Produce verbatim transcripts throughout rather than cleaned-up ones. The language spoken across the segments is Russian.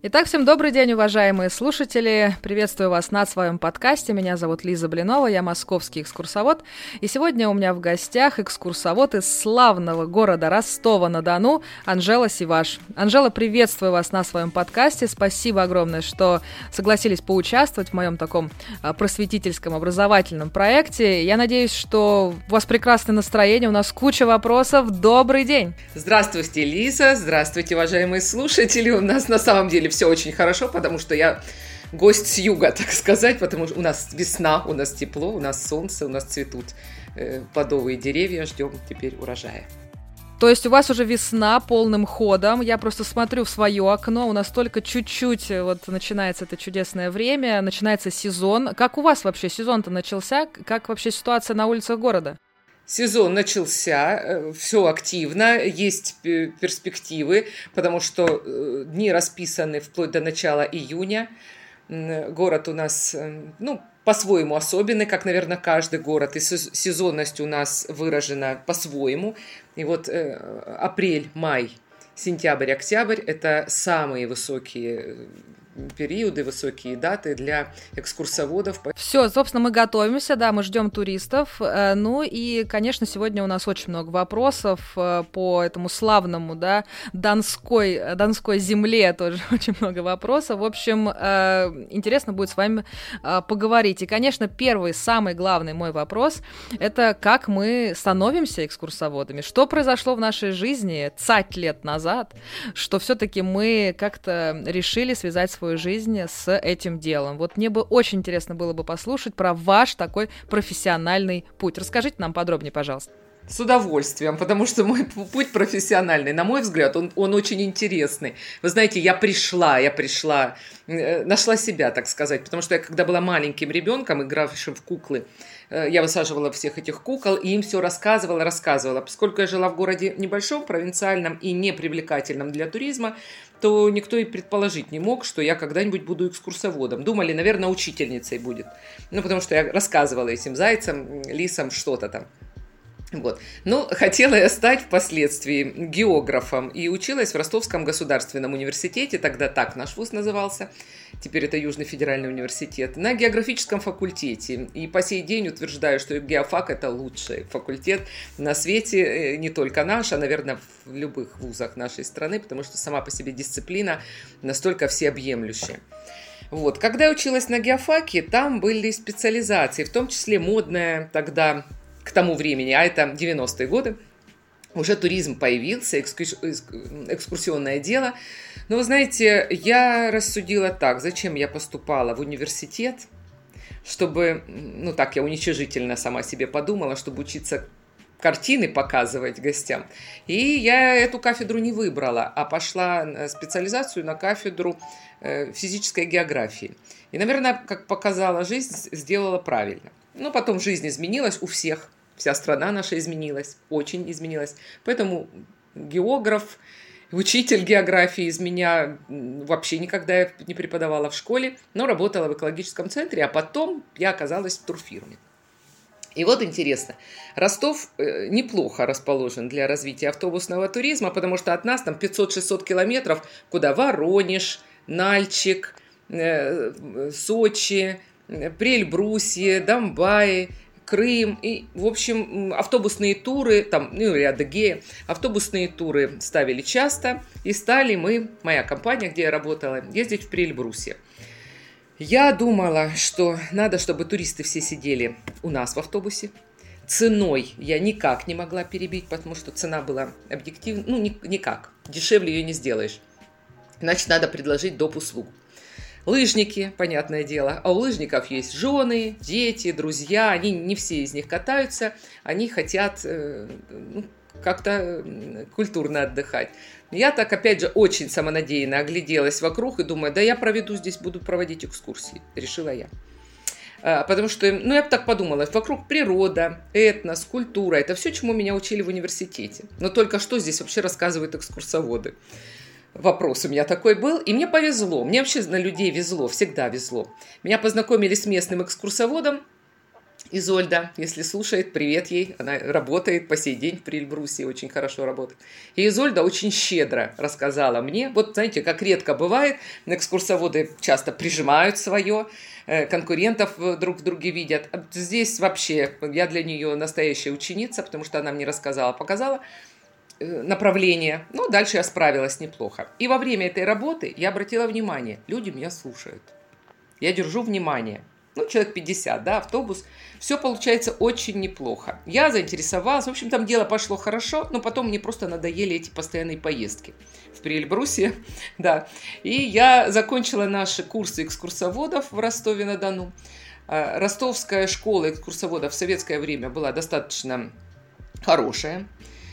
Итак, всем добрый день, уважаемые слушатели. Приветствую вас на своем подкасте. Меня зовут Лиза Блинова, я московский экскурсовод. И сегодня у меня в гостях экскурсовод из славного города Ростова-на-Дону Анжела Сиваш. Анжела, приветствую вас на своем подкасте. Спасибо огромное, что согласились поучаствовать в моем таком просветительском, образовательном проекте. Я надеюсь, что у вас прекрасное настроение, у нас куча вопросов. Добрый день! Здравствуйте, Лиза. Здравствуйте, уважаемые слушатели. У нас на самом деле все очень хорошо, потому что я гость с юга, так сказать, потому что у нас весна, у нас тепло, у нас солнце, у нас цветут э, плодовые деревья, ждем теперь урожая. То есть у вас уже весна полным ходом, я просто смотрю в свое окно, у нас только чуть-чуть вот начинается это чудесное время, начинается сезон. Как у вас вообще сезон-то начался? Как вообще ситуация на улицах города? Сезон начался, все активно, есть перспективы, потому что дни расписаны вплоть до начала июня. Город у нас, ну, по-своему особенный, как, наверное, каждый город, и сезонность у нас выражена по-своему. И вот апрель, май, сентябрь, октябрь – это самые высокие периоды, высокие даты для экскурсоводов. Все, собственно, мы готовимся, да, мы ждем туристов. Ну и, конечно, сегодня у нас очень много вопросов по этому славному, да, Донской, Донской земле тоже очень много вопросов. В общем, интересно будет с вами поговорить. И, конечно, первый, самый главный мой вопрос – это как мы становимся экскурсоводами. Что произошло в нашей жизни цать лет назад, что все-таки мы как-то решили связать свой жизнь с этим делом. Вот мне бы очень интересно было бы послушать про ваш такой профессиональный путь. Расскажите нам подробнее, пожалуйста. С удовольствием, потому что мой путь профессиональный, на мой взгляд, он, он очень интересный. Вы знаете, я пришла, я пришла, нашла себя, так сказать, потому что я, когда была маленьким ребенком, игравшим в куклы, я высаживала всех этих кукол и им все рассказывала, рассказывала. Поскольку я жила в городе небольшом, провинциальном и непривлекательном для туризма, то никто и предположить не мог, что я когда-нибудь буду экскурсоводом. Думали, наверное, учительницей будет. Ну, потому что я рассказывала этим зайцам, лисам что-то там. Вот. Но хотела я стать впоследствии географом и училась в Ростовском государственном университете, тогда так наш вуз назывался, теперь это Южный федеральный университет, на географическом факультете. И по сей день утверждаю, что геофак – это лучший факультет на свете, не только наш, а, наверное, в любых вузах нашей страны, потому что сама по себе дисциплина настолько всеобъемлющая. Вот. Когда я училась на геофаке, там были специализации, в том числе модная тогда, к тому времени, а это девяностые годы, уже туризм появился, экскурсионное дело. Но вы знаете, я рассудила так, зачем я поступала в университет, чтобы, ну так я уничижительно сама себе подумала, чтобы учиться картины показывать гостям. И я эту кафедру не выбрала, а пошла на специализацию на кафедру физической географии. И, наверное, как показала жизнь, сделала правильно. Но потом жизнь изменилась у всех. Вся страна наша изменилась, очень изменилась. Поэтому географ, учитель географии из меня вообще никогда не преподавала в школе, но работала в экологическом центре, а потом я оказалась в турфирме. И вот интересно, Ростов неплохо расположен для развития автобусного туризма, потому что от нас там пятьсот-шестьсот километров, куда Воронеж, Нальчик, Сочи, Прельбрусье, Домбай, Крым, и, в общем, автобусные туры, там, ну, или Адыгея, автобусные туры ставили часто, и стали мы, моя компания, где я работала, ездить в Прельбрусье. Я думала, что надо, чтобы туристы все сидели у нас в автобусе. Ценой я никак не могла перебить, потому что цена была объективна, ну, никак, дешевле ее не сделаешь. Значит, надо предложить доп. Услугу. Лыжники, понятное дело, а у лыжников есть жены, дети, друзья, они не все из них катаются, они хотят э, ну, как-то культурно отдыхать. Я так, опять же, очень самонадеянно огляделась вокруг и думаю, да я проведу здесь, буду проводить экскурсии, решила я. А, потому что, ну я бы так подумала, вокруг природа, этнос, культура, это все, чему меня учили в университете. Но только что здесь вообще рассказывают экскурсоводы. Вопрос у меня такой был, и мне повезло, мне вообще на людей везло, всегда везло. Меня познакомили с местным экскурсоводом, Изольда, если слушает, привет ей. Она работает по сей день в При-Эльбрусе, очень хорошо работает. И Изольда очень щедро рассказала мне, вот знаете, как редко бывает, экскурсоводы часто прижимают свое, конкурентов друг в друге видят. Здесь вообще я для нее настоящая ученица, потому что она мне рассказала, показала направление. Ну, дальше я справилась неплохо. И во время этой работы я обратила внимание, люди меня слушают. Я держу внимание. Ну, человек пятьдесят, да, автобус. Все получается очень неплохо. Я заинтересовалась. В общем, там дело пошло хорошо, но потом мне просто надоели эти постоянные поездки в При-Эльбрусе, да. И я закончила наши курсы экскурсоводов в Ростове-на-Дону. Ростовская школа экскурсоводов в советское время была достаточно хорошая.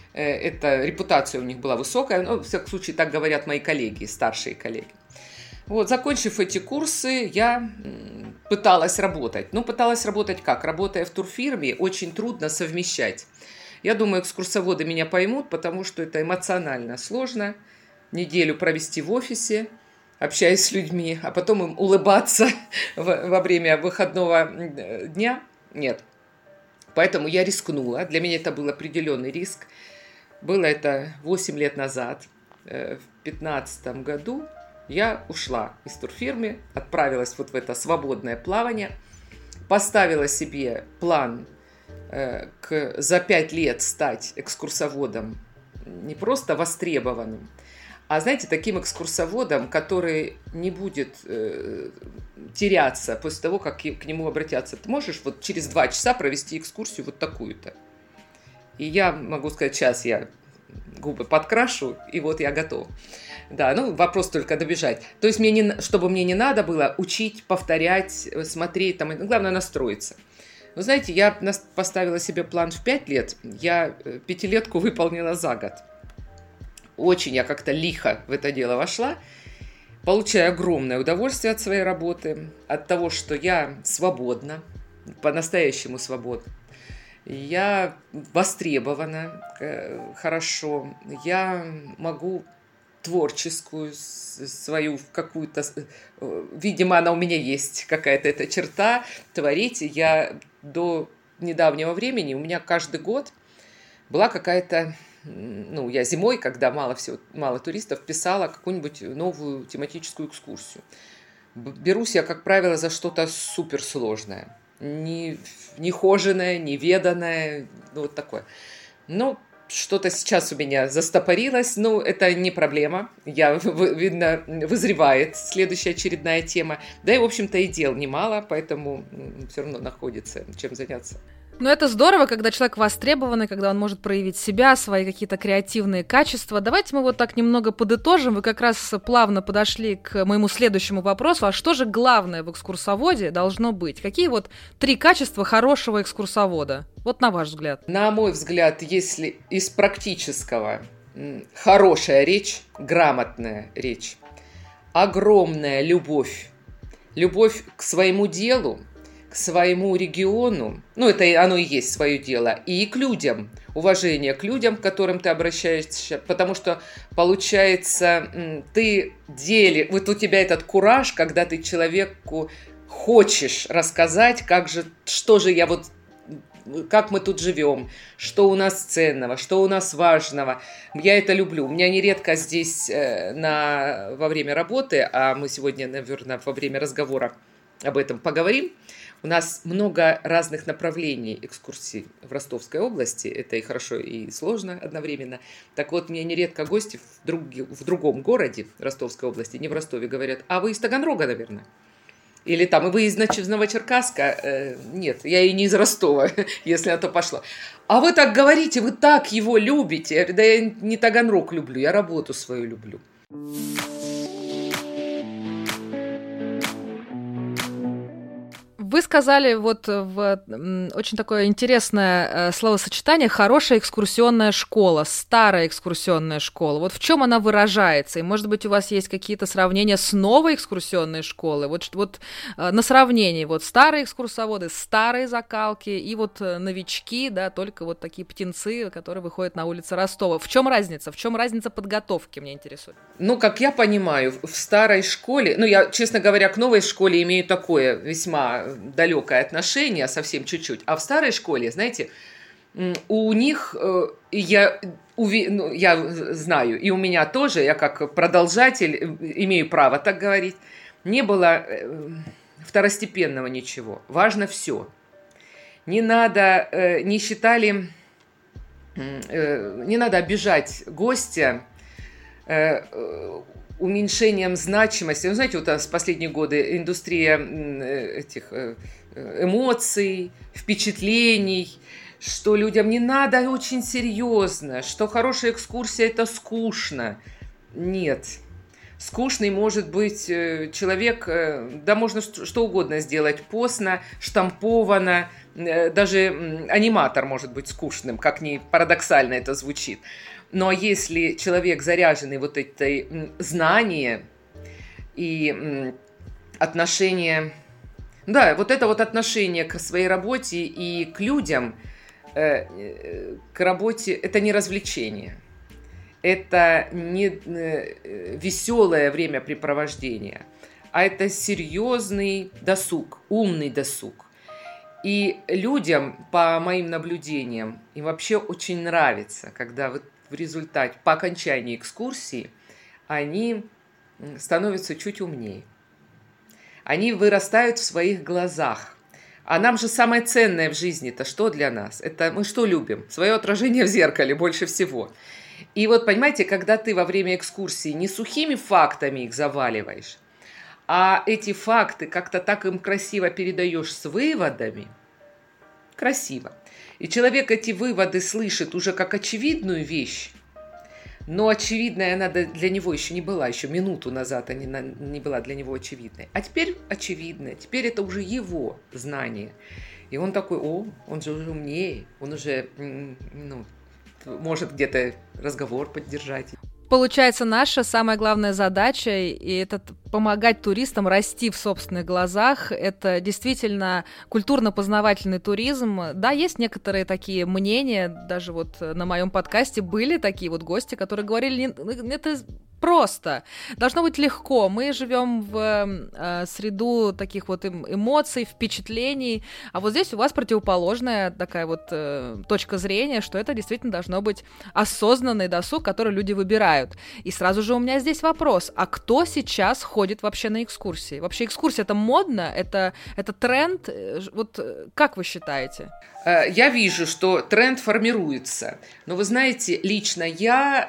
Эта репутация у них была высокая. Ну, в всяком случае, так говорят мои коллеги, старшие коллеги. Вот, закончив эти курсы, я пыталась работать. Ну, пыталась работать как? Работая в турфирме, очень трудно совмещать. Я думаю, экскурсоводы меня поймут, потому что это эмоционально сложно. Неделю провести в офисе, общаясь с людьми, а потом им улыбаться во время выходного дня. Нет. Поэтому я рискнула. Для меня это был определенный риск. Было это восемь лет назад, в две тысячи пятнадцатом году. Я ушла из турфирмы, отправилась вот в это свободное плавание, поставила себе план э, к, за пять лет стать экскурсоводом не просто востребованным, а, знаете, таким экскурсоводом, который не будет э, теряться после того, как к нему обратятся. Ты можешь вот через два часа провести экскурсию вот такую-то? И я могу сказать, сейчас я губы подкрашу, и вот я готова. Да, ну вопрос только добежать. То есть, мне не, чтобы мне не надо было учить, повторять, смотреть, там, главное настроиться. Вы знаете, я поставила себе план в пять лет, я пятилетку выполнила за год. Очень я как-то лихо в это дело вошла, получая огромное удовольствие от своей работы, от того, что я свободна, по-настоящему свободна. Я востребована хорошо, я могу творческую свою какую-то, видимо, она у меня есть, какая-то эта черта, творить. Я до недавнего времени, у меня каждый год была какая-то, ну, я зимой, когда мало всего, мало туристов, писала какую-нибудь новую тематическую экскурсию. Берусь я, как правило, за что-то суперсложное, не, нехоженное, неведанное, ну, вот такое. Ну, что-то сейчас у меня застопорилось, но это не проблема. Я, видно, вызревает следующая очередная тема. Да и, в общем-то, и дел немало, поэтому все равно находится чем заняться. Ну, это здорово, когда человек востребованный, когда он может проявить себя, свои какие-то креативные качества. Давайте мы вот так немного подытожим. Вы как раз плавно подошли к моему следующему вопросу. А что же главное в экскурсоводе должно быть? Какие вот три качества хорошего экскурсовода? Вот на ваш взгляд. На мой взгляд, если из практического, хорошая речь, грамотная речь, огромная любовь, любовь к своему делу, к своему региону, ну, это оно и есть свое дело, и к людям, уважение к людям, к которым ты обращаешься, потому что, получается, ты делишь, вот у тебя этот кураж, когда ты человеку хочешь рассказать, как же, что же я вот, как мы тут живем, что у нас ценного, что у нас важного. Я это люблю. У меня нередко здесь на, во время работы, а мы сегодня, наверное, во время разговора об этом поговорим, у нас много разных направлений экскурсий в Ростовской области. Это и хорошо, и сложно одновременно. Так вот, мне нередко гости в, друг, в другом городе Ростовской области, не в Ростове, говорят: а вы из Таганрога, наверное? Или там, и вы из Новочеркасска? Э, нет, я и не из Ростова, если на то пошло. А вы так говорите, вы так его любите. Я говорю: да я не Таганрог люблю, я работу свою люблю. Вы сказали вот в очень такое интересное словосочетание «хорошая экскурсионная школа», «старая экскурсионная школа». Вот в чем она выражается? И, может быть, у вас есть какие-то сравнения с новой экскурсионной школой? Вот, вот на сравнении вот старые экскурсоводы, старые закалки и вот новички, да, только вот такие птенцы, которые выходят на улицы Ростова. В чем разница? В чем разница подготовки, меня интересует? Ну, как я понимаю, в старой школе, ну, я, честно говоря, к новой школе имею такое весьма далекое отношение, совсем чуть-чуть. А в старой школе, знаете, у них, я, ну, я знаю, и у меня тоже, я как продолжатель имею право так говорить, не было второстепенного ничего. Важно все. Не надо, не считали, не надо обижать гостя уменьшением значимости. Ну, знаете, вот у нас в последние годы индустрия этих эмоций, впечатлений, что людям не надо очень серьезно, что хорошая экскурсия – это скучно. Нет. Скучный может быть человек, да можно что угодно сделать постно, штамповано, даже аниматор может быть скучным, как ни парадоксально это звучит. Но если человек заряженный вот этой знанием и отношение, да, вот это вот отношение к своей работе и к людям, к работе, это не развлечение. Это не веселое времяпрепровождение, а это серьезный досуг, умный досуг. И людям, по моим наблюдениям, им вообще очень нравится, когда вот в результате, по окончании экскурсии, они становятся чуть умнее. Они вырастают в своих глазах. А нам же самое ценное в жизни-то что для нас? Это мы что любим? Свое отражение в зеркале больше всего. И вот, понимаете, когда ты во время экскурсии не сухими фактами их заваливаешь, а эти факты как-то так им красиво передаешь с выводами, красиво. И человек эти выводы слышит уже как очевидную вещь, но очевидная она для него еще не была, еще минуту назад она не была для него очевидной. А теперь очевидная, теперь это уже его знание. И он такой, о, он же уже умнее, он уже, ну, может где-то разговор поддержать. Получается, наша самая главная задача, и это помогать туристам расти в собственных глазах. Это действительно культурно-познавательный туризм. Да, есть некоторые такие мнения, даже вот на моем подкасте были такие вот гости, которые говорили, это просто, должно быть легко. Мы живем в э, среду таких вот эмоций, впечатлений, а вот здесь у вас противоположная такая вот э, точка зрения, что это действительно должно быть осознанный досуг, который люди выбирают. И сразу же у меня здесь вопрос, а кто сейчас ходит вообще на экскурсии? Вообще экскурсия — это модно? Это, это тренд? Вот как вы считаете? Я вижу, что тренд формируется. Но вы знаете, лично я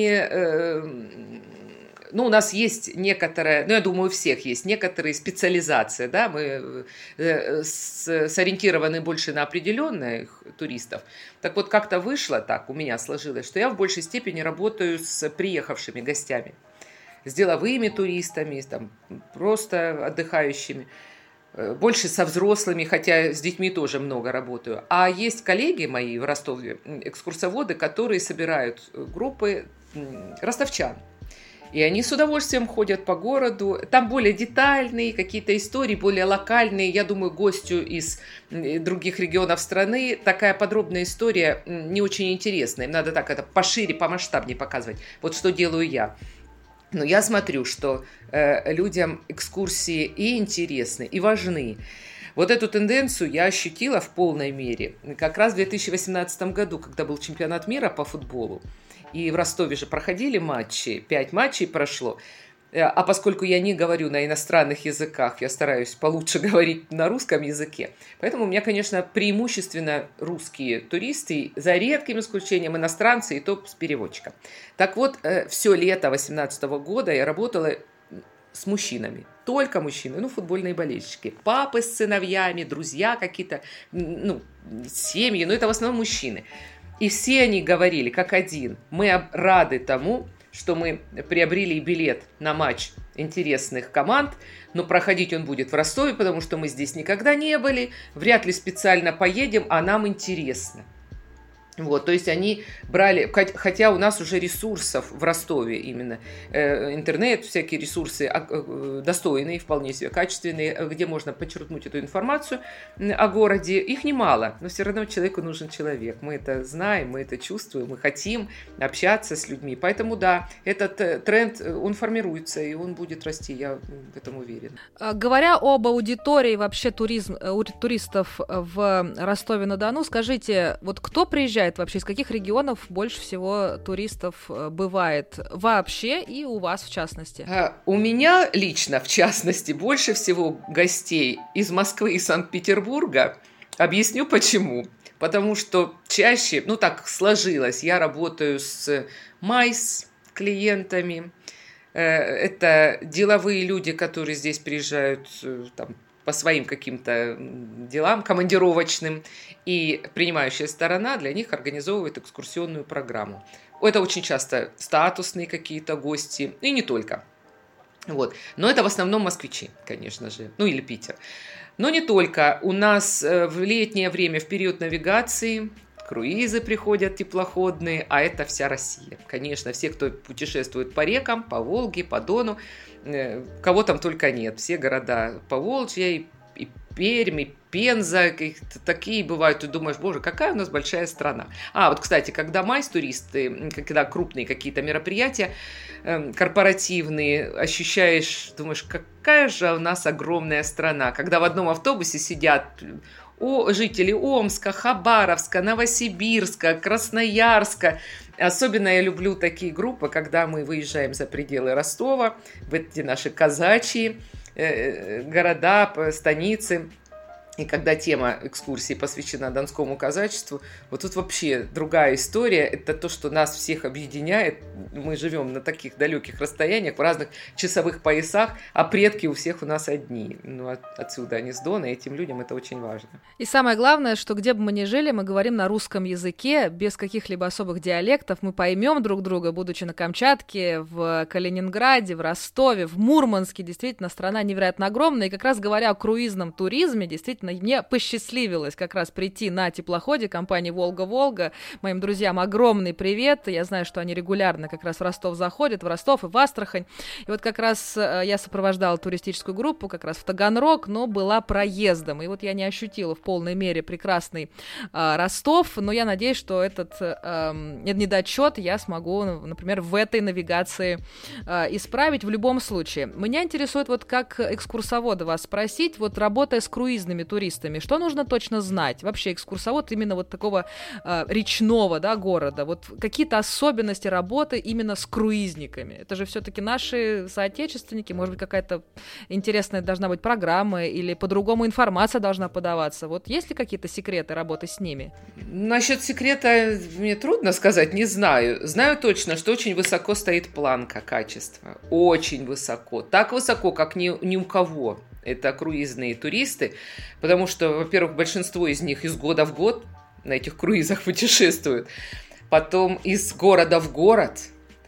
не... Ну, у нас есть некоторая, ну, я думаю, у всех есть некоторые специализации, да, мы сориентированы больше на определенных туристов. Так вот, как-то вышло так, у меня сложилось, что я в большей степени работаю с приехавшими гостями, с деловыми туристами, там, просто отдыхающими, больше со взрослыми, хотя с детьми тоже много работаю. А есть коллеги мои в Ростове, экскурсоводы, которые собирают группы ростовчан. И они с удовольствием ходят по городу. Там более детальные какие-то истории, более локальные. Я думаю, гостю из других регионов страны такая подробная история не очень интересна. Им надо так это пошире, помасштабнее показывать. Вот что делаю я. Но я смотрю, что э, людям экскурсии и интересны, и важны. Вот эту тенденцию я ощутила в полной мере как раз в две тысячи восемнадцатом году, когда был чемпионат мира по футболу. И в Ростове же проходили матчи, пять матчей прошло. А поскольку я не говорю на иностранных языках, я стараюсь получше говорить на русском языке. Поэтому у меня, конечно, преимущественно русские туристы, за редким исключением иностранцы, и то с переводчиком. Так вот, все лето две тысячи восемнадцатого года я работала с мужчинами. Только мужчины, ну, футбольные болельщики. Папы с сыновьями, друзья какие-то, ну, семьи, но это в основном мужчины. И все они говорили, как один, мы рады тому, что мы приобрели билет на матч интересных команд, но проходить он будет в Ростове, потому что мы здесь никогда не были, вряд ли специально поедем, а нам интересно. Вот, то есть они брали, хотя у нас уже ресурсов в Ростове именно, э, интернет, всякие ресурсы э, достойные, вполне себе качественные, где можно подчеркнуть эту информацию о городе, их немало, но все равно человеку нужен человек. Мы это знаем, мы это чувствуем, мы хотим общаться с людьми. Поэтому да, этот тренд, он формируется, и он будет расти, я в этом уверена. Говоря об аудитории вообще туризм, туристов в Ростове-на-Дону, скажите, вот кто приезжает вообще, из каких регионов больше всего туристов бывает вообще и у вас в частности? У меня лично, в частности, больше всего гостей из Москвы и Санкт-Петербурга. Объясню почему. Потому что чаще, ну так сложилось, я работаю с МАЙС клиентами. Это деловые люди, которые здесь приезжают там, по своим каким-то делам командировочным, и принимающая сторона для них организовывает экскурсионную программу. Это очень часто статусные какие-то гости, и не только. Вот. Но это в основном москвичи, конечно же, ну или Питер. Но не только. У нас в летнее время, в период навигации, круизы приходят теплоходные, а это вся Россия. Конечно, все, кто путешествует по рекам, по Волге, по Дону, кого там только нет. Все города Поволжья, и, и Пермь, и Пенза, такие бывают. Ты думаешь, боже, какая у нас большая страна. А, вот, кстати, когда МАЙС туристы, когда крупные какие-то мероприятия корпоративные, ощущаешь, думаешь, какая же у нас огромная страна. Когда в одном автобусе сидят о, жители Омска, Хабаровска, Новосибирска, Красноярска. Особенно я люблю такие группы, когда мы выезжаем за пределы Ростова, в эти наши казачьи э, города, станицы. И когда тема экскурсии посвящена донскому казачеству, вот тут вообще другая история. Это то, что нас всех объединяет. Мы живем на таких далеких расстояниях, в разных часовых поясах, а предки у всех у нас одни. Ну, от, отсюда они с Дона, и этим людям это очень важно. И самое главное, что где бы мы ни жили, мы говорим на русском языке, без каких-либо особых диалектов. Мы поймем друг друга, будучи на Камчатке, в Калининграде, в Ростове, в Мурманске. Действительно, страна невероятно огромная. И как раз говоря о круизном туризме, действительно, мне посчастливилось как раз прийти на теплоходе компании «Волга-Волга». Моим друзьям огромный привет. Я знаю, что они регулярно как раз в Ростов заходят, в Ростов и в Астрахань. И вот как раз я сопровождала туристическую группу как раз в Таганрог, но была проездом. И вот я не ощутила в полной мере прекрасный э, Ростов, но я надеюсь, что этот э, недочет я смогу, например, в этой навигации э, исправить в любом случае. Меня интересует вот как экскурсовода вас спросить, вот работая с круизными туристами, туристами, что нужно точно знать? Вообще экскурсовод именно вот такого э, речного, да, города. Вот какие-то особенности работы именно с круизниками. Это же все-таки наши соотечественники. Может быть, какая-то интересная должна быть программа или по-другому информация должна подаваться. Вот есть ли какие-то секреты работы с ними? Насчет секрета мне трудно сказать, не знаю. Знаю точно, что очень высоко стоит планка качества. Очень высоко. Так высоко, как ни, ни у кого. Это круизные туристы, потому что, во-первых, большинство из них из года в год на этих круизах путешествуют, потом из города в город,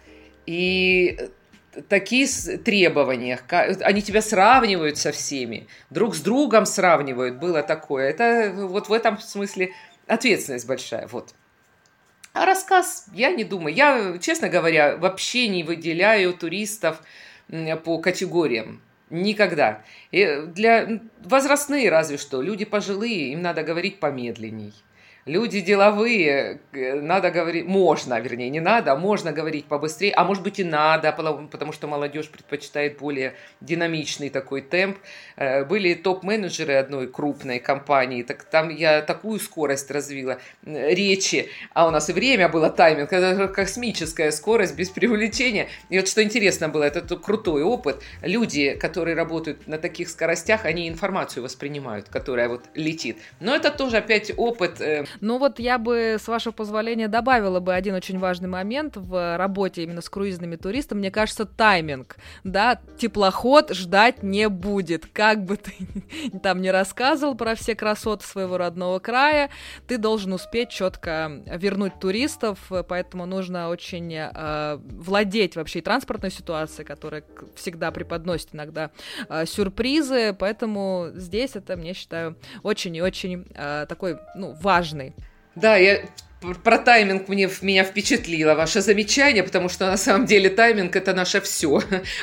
и такие требования, они тебя сравнивают со всеми, друг с другом сравнивают, было такое, это вот в этом смысле ответственность большая, вот. А рассказ, я не думаю, я, честно говоря, вообще не выделяю туристов по категориям. Никогда. И для возрастные разве что. Люди пожилые, им надо говорить помедленней. Люди деловые, надо говорить, можно, вернее, не надо, можно говорить побыстрее, а может быть и надо, потому что молодежь предпочитает более динамичный такой темп. Были топ-менеджеры одной крупной компании, так там я такую скорость развила речи, а у нас и время было, тайминг, это космическая скорость, без преувеличения. И вот что интересно было, это крутой опыт. Люди, которые работают на таких скоростях, они информацию воспринимают, которая вот летит. Но это тоже опять опыт. Ну вот я бы, с вашего позволения, добавила бы один очень важный момент в работе именно с круизными туристами. Мне кажется, тайминг, да, теплоход ждать не будет. Как бы ты там ни рассказывал про все красоты своего родного края, ты должен успеть четко вернуть туристов, поэтому нужно очень э, владеть вообще и транспортной ситуацией, которая всегда преподносит иногда э, сюрпризы, поэтому здесь это, мне считаю, очень и очень э, такой, ну, важный. Да, я Про тайминг мне, меня впечатлило ваше замечание, потому что на самом деле тайминг – это наше все.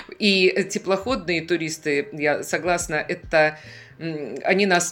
И теплоходные туристы, я согласна, это они нас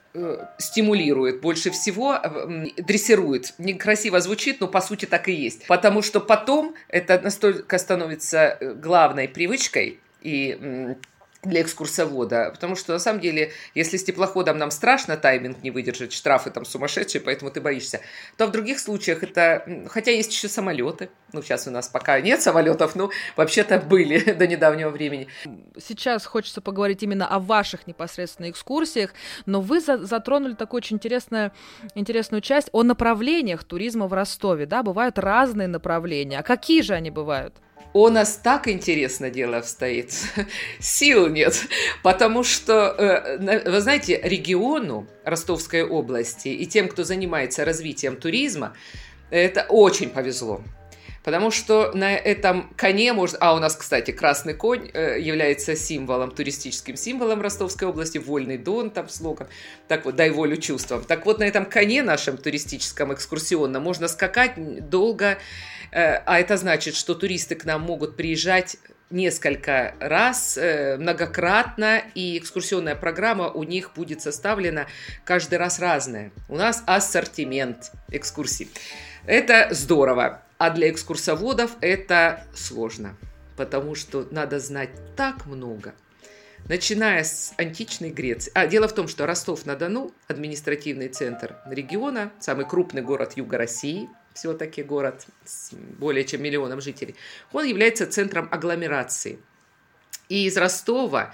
стимулирует больше всего, дрессирует. Некрасиво звучит, но по сути так и есть. Потому что потом это настолько становится главной привычкой и для экскурсовода, потому что на самом деле, если с теплоходом нам страшно тайминг не выдержать, штрафы там сумасшедшие, поэтому ты боишься, то в других случаях это, хотя есть еще самолеты, ну сейчас у нас пока нет самолетов, но вообще-то были до недавнего времени. Сейчас хочется поговорить именно о ваших непосредственно экскурсиях, но вы за- затронули такую очень интересную, интересную часть о направлениях туризма в Ростове, да, бывают разные направления, а какие же они бывают? У нас так интересно дело обстоит, сил нет, потому что, вы знаете, региону Ростовской области и тем, кто занимается развитием туризма, это очень повезло. Потому что на этом коне можно... А у нас, кстати, красный конь является символом, туристическим символом Ростовской области, вольный Дон, там слоган. Так вот, дай волю чувствам. Так вот, на этом коне нашем туристическом, экскурсионном можно скакать долго, а это значит, что туристы к нам могут приезжать несколько раз, многократно, и экскурсионная программа у них будет составлена каждый раз разная. У нас ассортимент экскурсий. Это здорово. А для экскурсоводов это сложно, потому что надо знать так много. Начиная с античной Греции. А дело в том, что Ростов-на-Дону, административный центр региона, самый крупный город Юга России, все-таки город с более чем миллионом жителей, он является центром агломерации. И из Ростова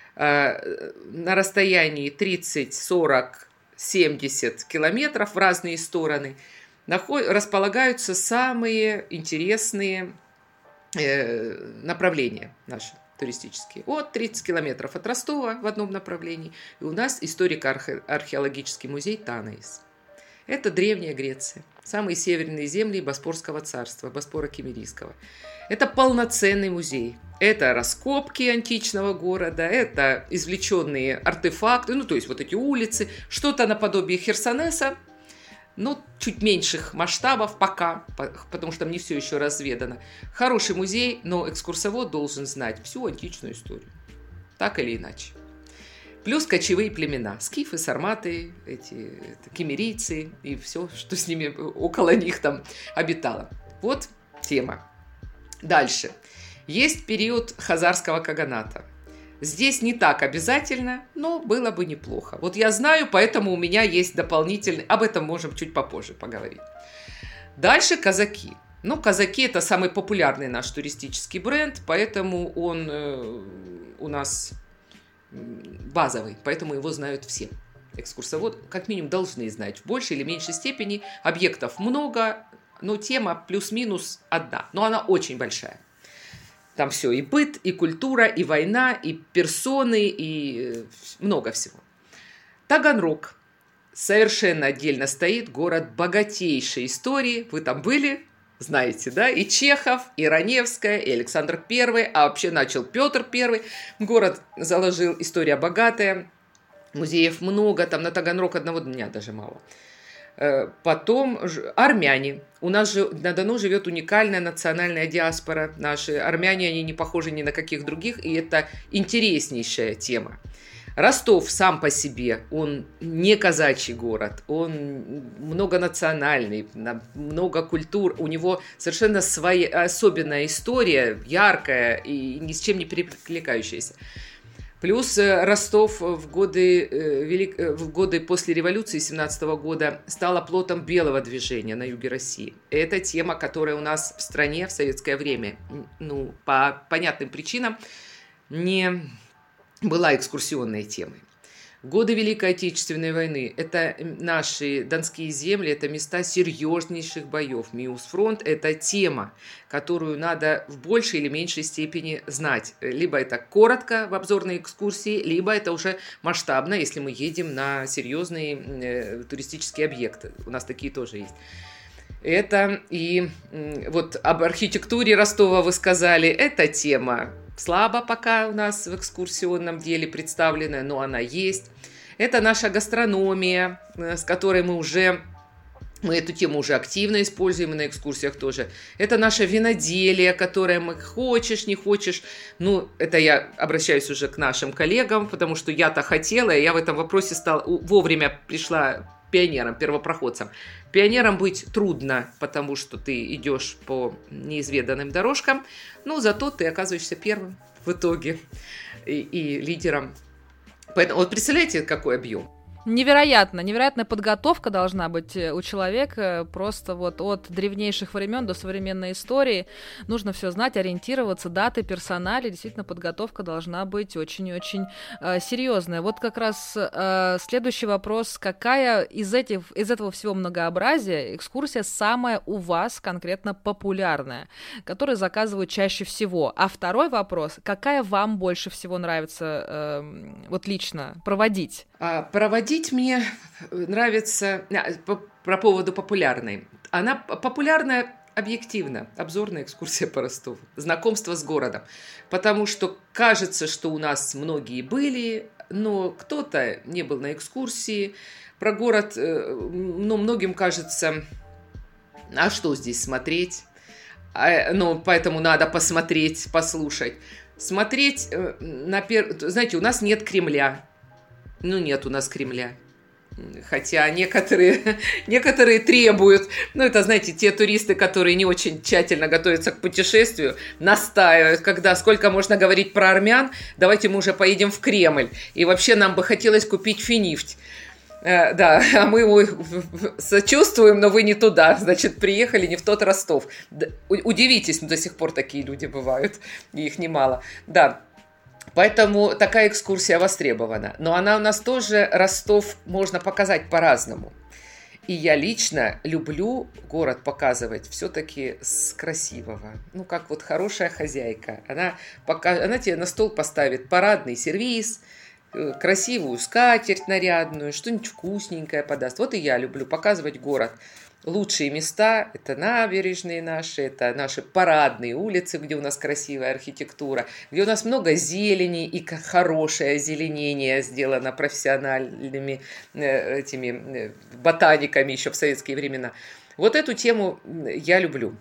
э, на расстоянии тридцать, сорок, семьдесят километров в разные стороны располагаются самые интересные э, направления наши туристические. Вот тридцать километров от Ростова в одном направлении. И у нас историко-археологический музей Танаис. Это Древняя Греция. Самые северные земли Боспорского царства, Боспора Киммерийского. Это полноценный музей. Это раскопки античного города, это извлеченные артефакты, ну то есть вот эти улицы, что-то наподобие Херсонеса, но чуть меньших масштабов пока, потому что там не все еще разведано. Хороший музей, но экскурсовод должен знать всю античную историю. Так или иначе. Плюс кочевые племена. Скифы, сарматы, эти киммерийцы и все, что с ними около них там обитало. Вот тема. Дальше. Есть период хазарского каганата. Здесь не так обязательно, но было бы неплохо. Вот я знаю, поэтому у меня есть дополнительный... Об этом можем чуть попозже поговорить. Дальше казаки. Ну, казаки – это самый популярный наш туристический бренд, поэтому он э, у нас базовый, поэтому его знают все. Экскурсовод, как минимум, должны знать. В большей или меньшей степени объектов много, но тема плюс-минус одна, но она очень большая. Там все, и быт, и культура, и война, и персоны, и много всего. Таганрог. Совершенно отдельно стоит город богатейшей истории. Вы там были? Знаете, да? И Чехов, и Раневская, и Александр Первый, а вообще начал Петр Первый. Город заложил, история богатая, музеев много, там на Таганрог одного дня даже мало. Потом армяне. У нас же на Дону живет уникальная национальная диаспора. Наши армяне, они не похожи ни на каких других, и это интереснейшая тема. Ростов сам по себе, он не казачий город, он многонациональный, много культур, у него совершенно своя особенная история, яркая и ни с чем не перекликающаяся. Плюс Ростов в годы, в годы после революции семнадцатого года стал оплотом белого движения на юге России. Это тема, которая у нас в стране в советское время, ну, по понятным причинам, не была экскурсионной темой. Годы Великой Отечественной войны – это наши донские земли, это места серьезнейших боев. Миусфронт – это тема, которую надо в большей или меньшей степени знать. Либо это коротко в обзорной экскурсии, либо это уже масштабно, если мы едем на серьезные э, туристические объекты. У нас такие тоже есть. Это и вот об архитектуре Ростова вы сказали, это тема слабо пока у нас в экскурсионном деле представлена, но она есть. Это наша гастрономия, с которой мы уже Мы эту тему уже активно используем и на экскурсиях тоже. Это наше виноделие, которое мы хочешь, не хочешь. Ну, это я обращаюсь уже к нашим коллегам, потому что я-то хотела, и я в этом вопросе стала, вовремя пришла пионером, первопроходцем. Пионером быть трудно, потому что ты идешь по неизведанным дорожкам, но зато ты оказываешься первым в итоге и, и лидером. Поэтому вот представляете, какой объем? Невероятно, невероятная подготовка должна быть у человека, просто вот от древнейших времен до современной истории нужно все знать, ориентироваться, даты, персонали, действительно подготовка должна быть очень-очень э, серьезная. Вот как раз э, следующий вопрос, какая из, этих, из этого всего многообразия экскурсия самая у вас конкретно популярная, которую заказывают чаще всего? А второй вопрос, какая вам больше всего нравится э, вот лично проводить? А, проводить мне нравится, по, про поводу популярной. Она популярная объективно, обзорная экскурсия по Ростову, знакомство с городом. Потому что кажется, что у нас многие были, но кто-то не был на экскурсии. Про город, ну, многим кажется, а что здесь смотреть? А, ну, поэтому надо посмотреть, послушать. Смотреть, на пер... знаете, у нас нет Кремля. Ну, нет у нас Кремля. Хотя некоторые, некоторые требуют. Ну, это, знаете, те туристы, которые не очень тщательно готовятся к путешествию, настаивают, когда сколько можно говорить про армян, давайте мы уже поедем в Кремль. И вообще нам бы хотелось купить финифть. Э, да, а мы ему сочувствуем, но вы не туда. Значит, приехали не в тот Ростов. Удивитесь, но до сих пор такие люди бывают. И их немало. Да. Поэтому такая экскурсия востребована. Но она у нас тоже, Ростов, можно показать по-разному. И я лично люблю город показывать все-таки с красивого. Ну, как вот хорошая хозяйка. Она, пока, она тебе на стол поставит парадный сервиз, красивую скатерть нарядную, что-нибудь вкусненькое подаст. Вот и я люблю показывать город. Лучшие места – это набережные наши, это наши парадные улицы, где у нас красивая архитектура, где у нас много зелени и хорошее озеленение сделано профессиональными э, этими э, ботаниками еще в советские времена. Вот эту тему я люблю,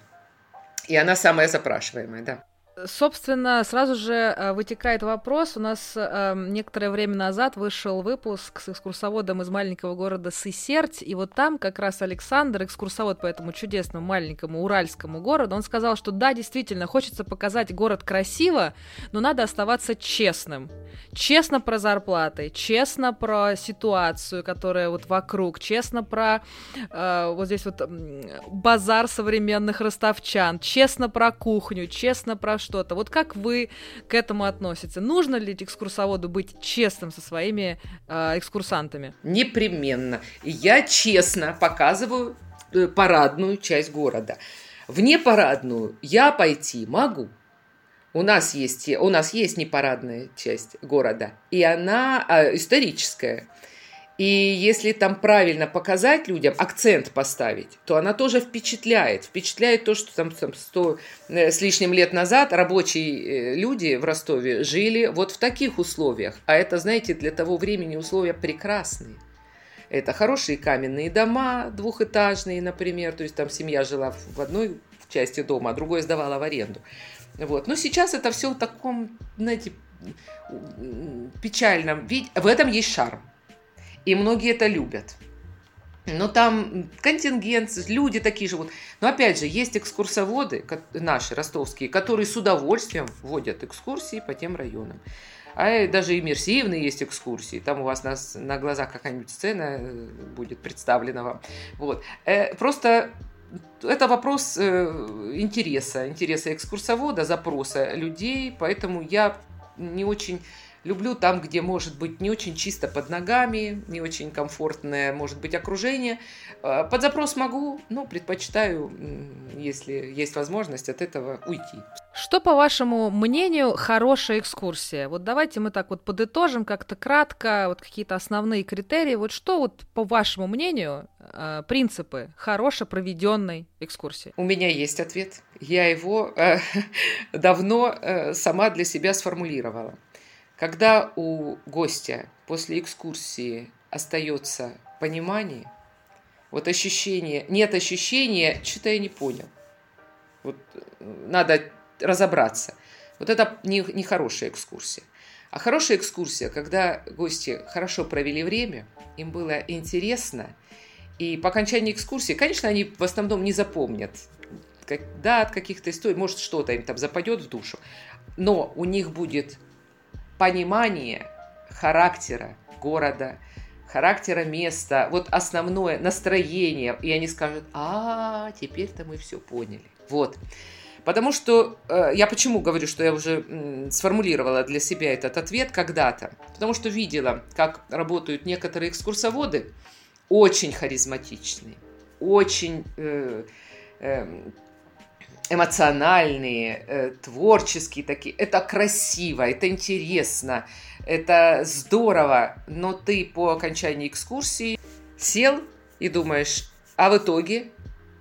и она самая запрашиваемая, да. Собственно, сразу же вытекает вопрос. У нас э, некоторое время назад вышел выпуск с экскурсоводом из маленького города Сысерть, и вот там как раз Александр, экскурсовод по этому чудесному маленькому уральскому городу, он сказал, что да, действительно, хочется показать город красиво, но надо оставаться честным. Честно про зарплаты, честно про ситуацию, которая вот вокруг, честно про э, вот здесь вот базар современных ростовчан, честно про кухню, честно про что-то. Вот как вы к этому относитесь? Нужно ли экскурсоводу быть честным со своими э, экскурсантами? Непременно. Я честно показываю парадную часть города. В непарадную я пойти могу. У нас есть, у нас есть непарадная часть города, и она а, историческая. И если там правильно показать людям, акцент поставить, то она тоже впечатляет. Впечатляет то, что там, там сто с лишним лет назад рабочие люди в Ростове жили вот в таких условиях. А это, знаете, для того времени условия прекрасные. Это хорошие каменные дома, двухэтажные, например. То есть там семья жила в одной части дома, а другой сдавала в аренду. Вот. Но сейчас это все в таком, знаете, печальном виде. В этом есть шарм. И многие это любят. Но там контингент, люди такие живут. Но опять же, есть экскурсоводы, наши ростовские, которые с удовольствием вводят экскурсии по тем районам. А даже иммерсивные есть экскурсии. Там у вас на, на глазах какая-нибудь сцена будет представлена вам. Вот. Просто это вопрос интереса, интереса экскурсовода, запроса людей. Поэтому я не очень... люблю там, где может быть не очень чисто под ногами, не очень комфортное, может быть, окружение. Под запрос могу, но предпочитаю, если есть возможность, от этого уйти. Что, по вашему мнению, хорошая экскурсия? Вот давайте мы так вот подытожим как-то кратко, вот какие-то основные критерии. Вот что, вот, по вашему мнению, принципы хорошо проведенной экскурсии? У меня есть ответ. Я его э, давно э, сама для себя сформулировала. Когда у гостя после экскурсии остается понимание, Вот ощущение, нет ощущения, что-то я не понял. Вот надо разобраться. Вот это не, не хорошая экскурсия. А хорошая экскурсия, когда гости хорошо провели время, им было интересно, и по окончании экскурсии, конечно, они в основном не запомнят как, да, от каких-то историй, может, что-то им там западет в душу, но у них будет понимание характера города, характера места, вот основное настроение, и они скажут: а, теперь-то мы все поняли. Вот. Потому что, э, я почему говорю, что я уже м, сформулировала для себя этот ответ когда-то, потому что видела, как работают некоторые экскурсоводы, очень харизматичные, очень э, э, эмоциональные, э, творческие такие. Это красиво, это интересно, это здорово, но ты по окончании экскурсии сел и думаешь, а в итоге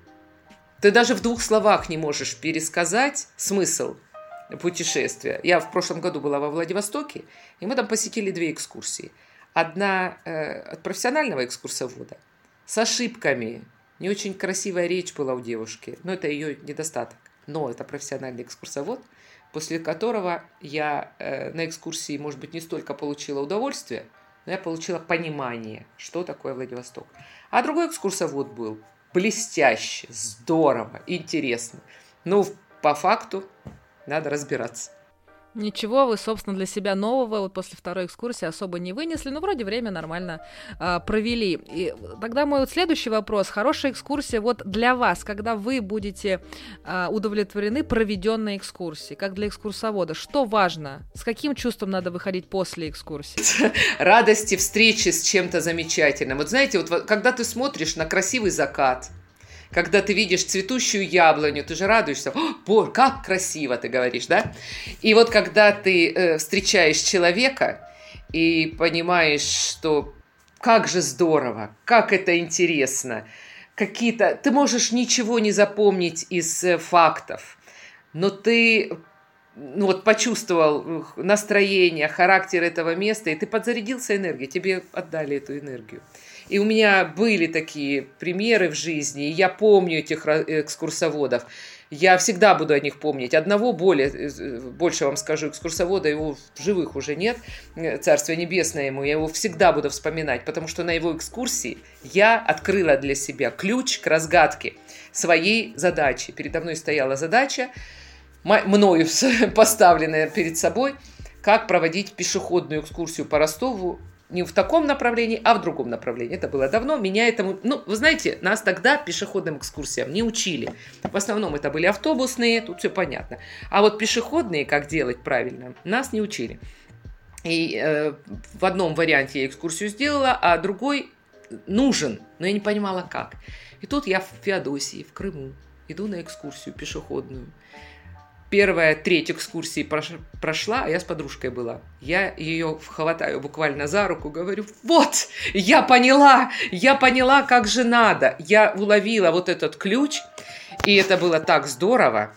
ты даже в двух словах не можешь пересказать смысл путешествия. Я в прошлом году была во Владивостоке, и мы там посетили две экскурсии. Одна э, от профессионального экскурсовода с ошибками. Не очень красивая речь была у девушки, но это ее недостаток. Но это профессиональный экскурсовод, после которого я э, на экскурсии, может быть, не столько получила удовольствие, но я получила понимание, что такое Владивосток. А другой экскурсовод был блестяще, здорово, интересно. Ну, по факту надо разбираться. Ничего вы, собственно, для себя нового вот после второй экскурсии особо не вынесли, но вроде время нормально а, провели. И тогда мой вот следующий вопрос. Хорошая экскурсия вот для вас, когда вы будете а, удовлетворены проведенной экскурсией, как для экскурсовода, что важно? С каким чувством надо выходить после экскурсии? Радости встречи с чем-то замечательным. Вот знаете, вот когда ты смотришь на красивый закат, когда ты видишь цветущую яблоню, ты же радуешься. О, боже, как красиво, ты говоришь, да? И вот когда ты э, встречаешь человека и понимаешь, что как же здорово, как это интересно, какие-то... Ты можешь ничего не запомнить из э, фактов, но ты... Ну вот почувствовал настроение, характер этого места, и ты подзарядился энергией, тебе отдали эту энергию. И у меня были такие примеры в жизни, и я помню этих экскурсоводов. Я всегда буду о них помнить. Одного более, больше вам скажу, экскурсовода, его в живых уже нет, Царствие Небесное ему, я его всегда буду вспоминать, потому что на его экскурсии я открыла для себя ключ к разгадке своей задачи. Передо мной стояла задача, мною поставленная перед собой, как проводить пешеходную экскурсию по Ростову, не в таком направлении, а в другом направлении. Это было давно. Меня этому... Ну, вы знаете, нас тогда пешеходным экскурсиям не учили. В основном это были автобусные, тут все понятно. А вот пешеходные, как делать правильно, нас не учили. И э, в одном варианте я экскурсию сделала, а другой нужен, но я не понимала, как. И тут я в Феодосии, в Крыму, иду на экскурсию пешеходную. Первая треть экскурсии прошла, а я с подружкой была. Я ее хватаю буквально за руку, говорю: вот, я поняла, я поняла, как же надо. Я уловила вот этот ключ, и это было так здорово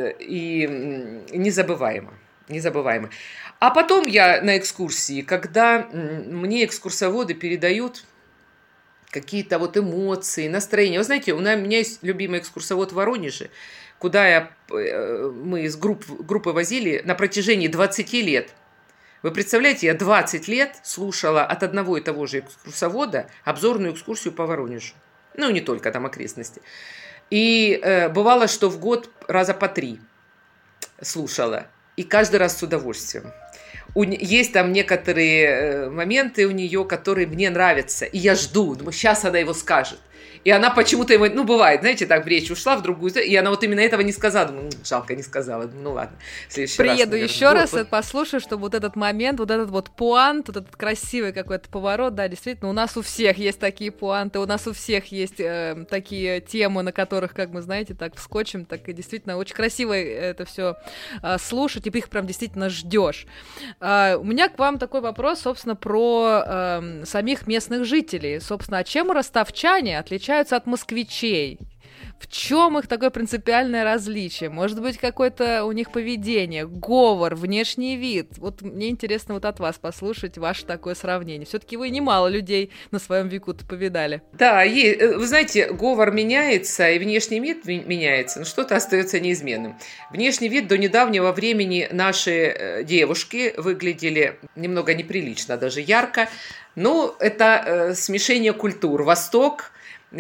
и незабываемо, незабываемо. А потом я на экскурсии, когда мне экскурсоводы передают какие-то вот эмоции, настроения. Вы знаете, у меня есть любимый экскурсовод в Воронеже, куда я, мы из групп, группы возили на протяжении двадцати лет. Вы представляете, я двадцать лет слушала от одного и того же экскурсовода обзорную экскурсию по Воронежу. Ну, не только там окрестности. И э, бывало, что в год раза по три слушала. И каждый раз с удовольствием. У, есть там некоторые моменты у нее, которые мне нравятся. И я жду, думаю, сейчас она его скажет. И она почему-то ему, ну, бывает, знаете, так в речь ушла в другую, и она вот именно этого не сказала. Думаю, ну, жалко, не сказала. Думаю, ну, ладно, в следующий Приеду раз. Приеду еще вот, раз вот. и послушаю, чтобы вот этот момент, вот этот вот пуант, вот этот красивый какой-то поворот, да, действительно, у нас у всех есть такие пуанты, у нас у всех есть э, такие темы, на которых, как мы, знаете, так вскочим, так и действительно очень красиво это все э, слушать, и их прям действительно ждешь. Э, у меня к вам такой вопрос, собственно, про э, самих местных жителей. Собственно, а чем ростовчане отличаются от москвичей? В чем их такое принципиальное различие? Может быть, какое-то у них поведение, говор, внешний вид? Вот мне интересно вот от вас послушать ваше такое сравнение. Все-таки вы немало людей на своем веку-то повидали. Да, вы знаете, говор меняется, и внешний вид меняется, но что-то остается неизменным. Внешний вид до недавнего времени наши девушки выглядели немного неприлично, даже ярко. Но это смешение культур. Восток,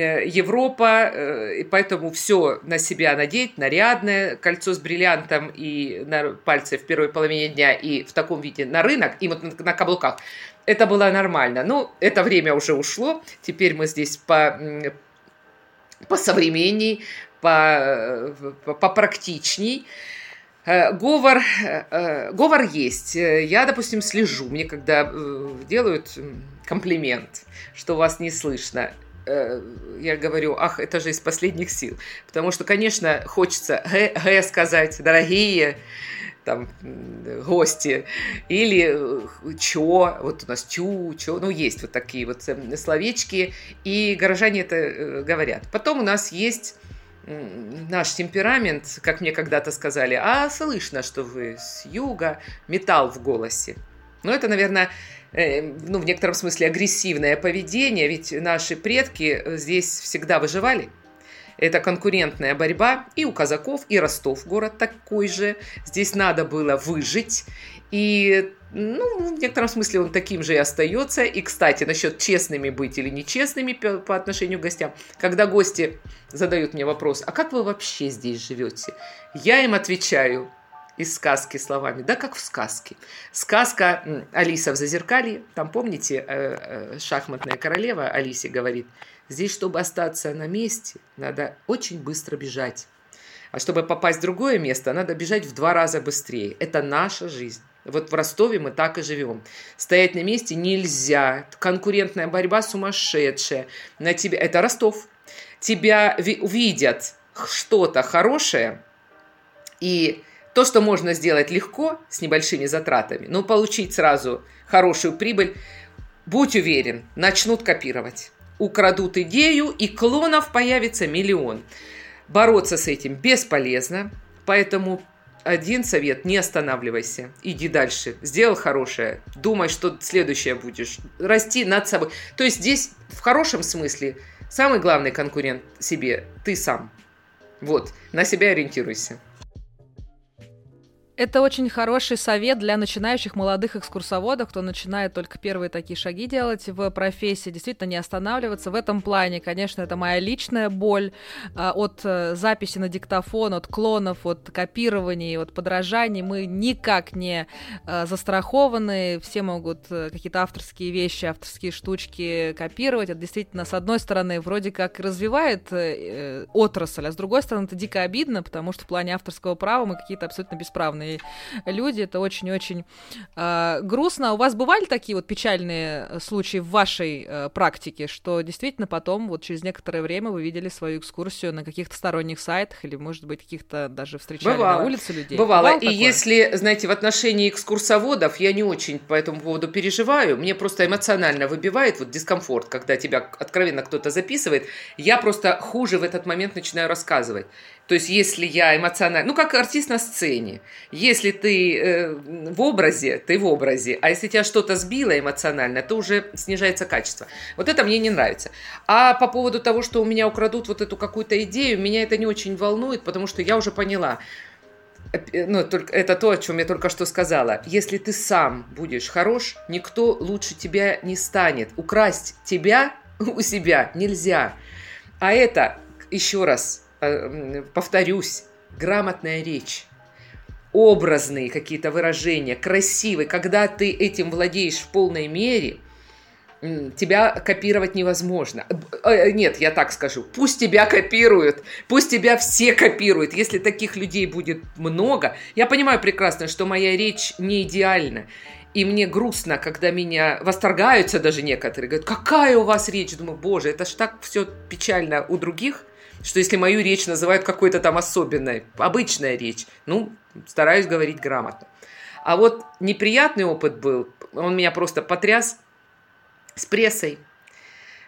Европа, и поэтому все на себя надеть, нарядное, кольцо с бриллиантом и на пальце в первой половине дня и в таком виде на рынок, и вот на каблуках. Это было нормально. Но это время уже ушло. Теперь мы здесь по, по современней, по, по, по практичней. Говор, говор есть. Я, допустим, слежу. Мне когда делают комплимент, что вас не слышно, я говорю, ах, это же из последних сил. Потому что, конечно, хочется г, г сказать, дорогие там гости, или чё, вот у нас чу, чё, ну, есть вот такие вот словечки, и горожане это говорят. Потом у нас есть наш темперамент, как мне когда-то сказали, а слышно, что вы с юга, металл в голосе. Ну, это, наверное, ну, в некотором смысле агрессивное поведение, ведь наши предки здесь всегда выживали. Это конкурентная борьба и у казаков, и Ростов город такой же. Здесь надо было выжить. И, ну, в некотором смысле он таким же и остается. И, кстати, насчет честными быть или нечестными по отношению к гостям. Когда гости задают мне вопрос, а как вы вообще здесь живете? Я им отвечаю из сказки словами, да как в сказке. Сказка «Алиса в зазеркалье». Там, помните, шахматная королева Алисе говорит, здесь, чтобы остаться на месте, надо очень быстро бежать. А чтобы попасть в другое место, надо бежать в два раза быстрее. Это наша жизнь. Вот в Ростове мы так и живем. Стоять на месте нельзя. Конкурентная борьба сумасшедшая. На тебя... Это Ростов. Тебя увидят что-то хорошее, и то, что можно сделать легко, с небольшими затратами, но получить сразу хорошую прибыль, будь уверен, начнут копировать. Украдут идею, и клонов появится миллион. Бороться с этим бесполезно, поэтому один совет – не останавливайся, иди дальше. Сделал хорошее, думай, что следующее будешь. Расти над собой. То есть здесь в хорошем смысле самый главный конкурент себе – ты сам. Вот, на себя ориентируйся. Это очень хороший совет для начинающих молодых экскурсоводов, кто начинает только первые такие шаги делать в профессии, действительно не останавливаться. В этом плане, конечно, это моя личная боль а, от а, записи на диктофон, от клонов, от копирований, от подражаний. Мы никак не а, застрахованы, все могут а, какие-то авторские вещи, авторские штучки копировать. Это действительно, с одной стороны, вроде как развивает э, отрасль, а с другой стороны, это дико обидно, потому что в плане авторского права мы какие-то абсолютно бесправные люди, это очень-очень э, грустно. А у вас бывали такие вот печальные случаи в вашей э, практике, что действительно потом, вот через некоторое время вы видели свою экскурсию на каких-то сторонних сайтах или, может быть, каких-то даже встречали Бывало. на улице людей? Бывало. Бывало и такое? Если, знаете, в отношении экскурсоводов я не очень по этому поводу переживаю, мне просто эмоционально выбивает вот дискомфорт, когда тебя откровенно кто-то записывает, я просто хуже в этот момент начинаю рассказывать. То есть, если я эмоционально... Ну, как артист на сцене. Если ты э, в образе, ты в образе. А если тебя что-то сбило эмоционально, то уже снижается качество. Вот это мне не нравится. А по поводу того, что у меня украдут вот эту какую-то идею, меня это не очень волнует, потому что я уже поняла. Ну, только, это то, о чем я только что сказала. Если ты сам будешь хорош, никто лучше тебя не станет. Украсть тебя у себя нельзя. А это, еще раз... повторюсь, грамотная речь, образные какие-то выражения, красивые. Когда ты этим владеешь в полной мере, тебя копировать невозможно. Нет, я так скажу. Пусть тебя копируют, пусть тебя все копируют. Если таких людей будет много, я понимаю прекрасно, что моя речь не идеальна. И мне грустно, когда меня восторгаются даже некоторые. Говорят, какая у вас речь? Думаю, боже, это ж так все печально у других, что если мою речь называют какой-то там особенной, обычная речь, ну, стараюсь говорить грамотно. А вот неприятный опыт был, он меня просто потряс с прессой.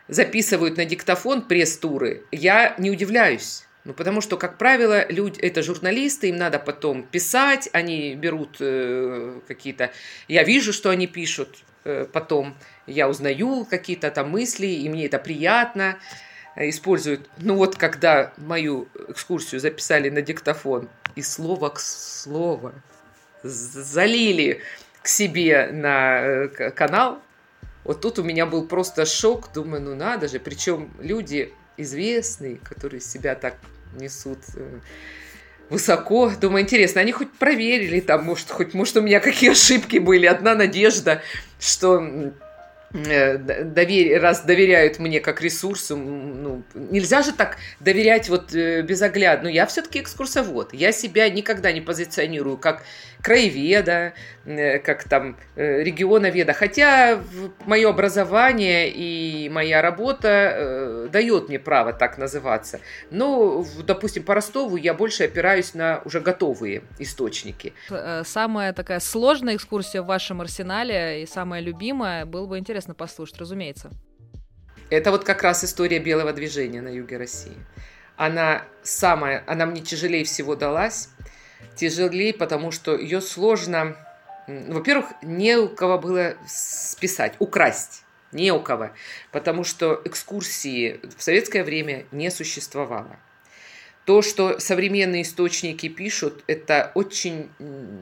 записывают на диктофон пресс-туры, я не удивляюсь. Ну, потому что, как правило, люди, это журналисты, им надо потом писать, они берут э, какие-то... Я вижу, что они пишут э, потом, я узнаю какие-то там мысли, и мне это приятно, э, используют. Ну, вот когда мою экскурсию записали на диктофон, и слово к слову залили к себе на э, канал, вот тут у меня был просто шок, думаю, ну надо же, причем люди... известные, которые себя так несут высоко. Думаю, интересно, они хоть проверили там, может, хоть, может, у меня какие ошибки были. Одна надежда, что довер... раз доверяют мне как ресурсу, ну, нельзя же так доверять вот безоглядно. Ну, я все-таки экскурсовод. Я себя никогда не позиционирую как краеведа, как там регионоведа. Хотя мое образование и моя работа дает мне право так называться. Но, допустим, по Ростову я больше опираюсь на уже готовые источники. Самая такая сложная экскурсия в вашем арсенале и самая любимая, было бы интересно послушать, разумеется. Это вот как раз история белого движения на юге России. Она самая, она мне тяжелее всего далась. Тяжелее, потому что ее сложно... Во-первых, не у кого было списать, украсть. Не у кого. Потому что экскурсии в советское время не существовало. То, что современные источники пишут, это очень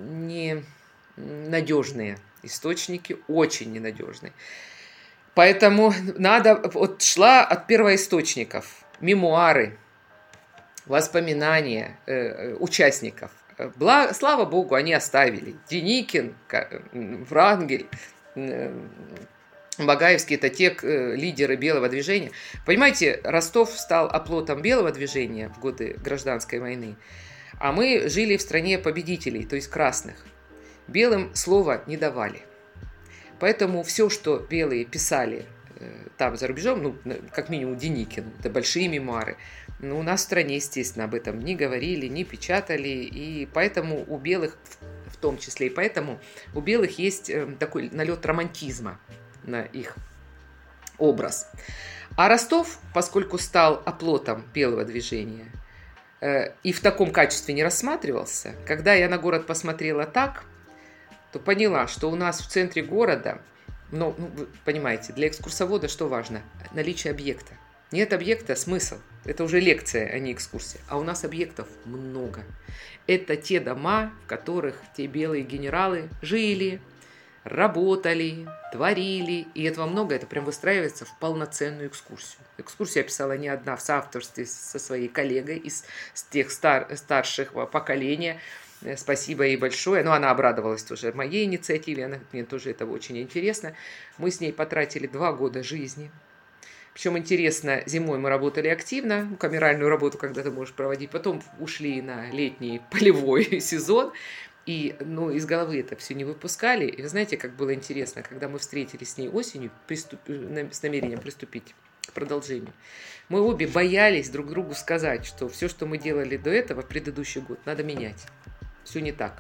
ненадежные источники, очень ненадежные. Поэтому надо... Вот шла от первоисточников. Мемуары, воспоминания э, участников. Бла... Слава богу, они оставили. Деникин, Врангель, Багаевский – это те лидеры белого движения. Понимаете, Ростов стал оплотом белого движения в годы гражданской войны, а мы жили в стране победителей, то есть красных. Белым слова не давали. Поэтому все, что белые писали там за рубежом, ну, как минимум Деникин, это большие мемуары, но у нас в стране, естественно, об этом не говорили, не печатали, и поэтому у белых, в том числе и поэтому, у белых есть такой налет романтизма на их образ. А Ростов, поскольку стал оплотом белого движения э, и в таком качестве не рассматривался, когда я на город посмотрела так, то поняла, что у нас в центре города, ну, ну вы понимаете, для экскурсовода что важно? Наличие объекта. Нет объекта – смысл. Это уже лекция, а не экскурсия. А у нас объектов много. Это те дома, в которых те белые генералы жили, работали, творили, и этого много, это прям выстраивается в полноценную экскурсию. Экскурсию я писала не одна, в соавторстве со своей коллегой из тех стар, старших поколения. Спасибо ей большое. Но она обрадовалась тоже моей инициативе, она, мне тоже это очень интересно. Мы с ней потратили два года жизни. Причем интересно, зимой мы работали активно, камеральную работу, когда ты можешь проводить, потом ушли на летний полевой сезон, и ну, из головы это все не выпускали. И вы знаете, как было интересно, когда мы встретились с ней осенью приступ... с намерением приступить к продолжению. Мы обе боялись друг другу сказать, что все, что мы делали до этого, в предыдущий год, надо менять. Все не так.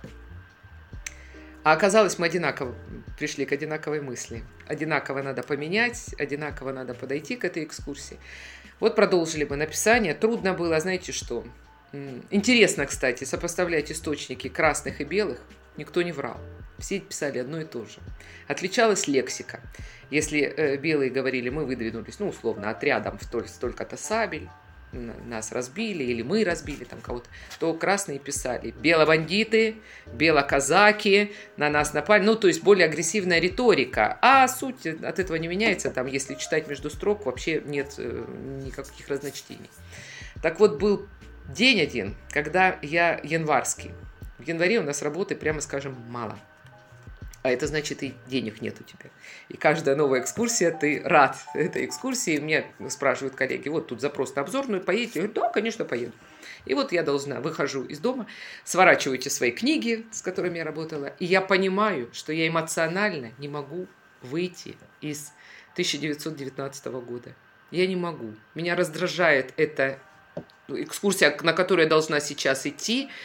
А оказалось, мы одинаково пришли к одинаковой мысли. Одинаково надо поменять, одинаково надо подойти к этой экскурсии. Вот продолжили мы написание. Трудно было, знаете что... Интересно, кстати, сопоставлять источники красных и белых. Никто не врал. Все писали одно и то же. Отличалась лексика. Если э, белые говорили, мы выдвинулись, ну, условно, отрядом в столько-то сабель, нас разбили, или мы разбили там кого-то, то красные писали белобандиты, белоказаки, на нас напали. Ну, то есть более агрессивная риторика. А суть от этого не меняется. Там, если читать между строк, вообще нет э, никаких разночтений. Так вот, был день один, когда я январский. В январе у нас работы, прямо скажем, мало. А это значит, и денег нет у тебя. И каждая новая экскурсия, ты рад этой экскурсии. Меня спрашивают коллеги, вот тут запрос на обзорную, поедете? Я говорю, да, конечно, поеду. И вот я должна, выхожу из дома, сворачиваю эти свои книги, с которыми я работала, и я понимаю, что я эмоционально не могу выйти из тысяча девятьсот девятнадцатого года. Я не могу. Меня раздражает эта экскурсия, на которую я должна сейчас идти,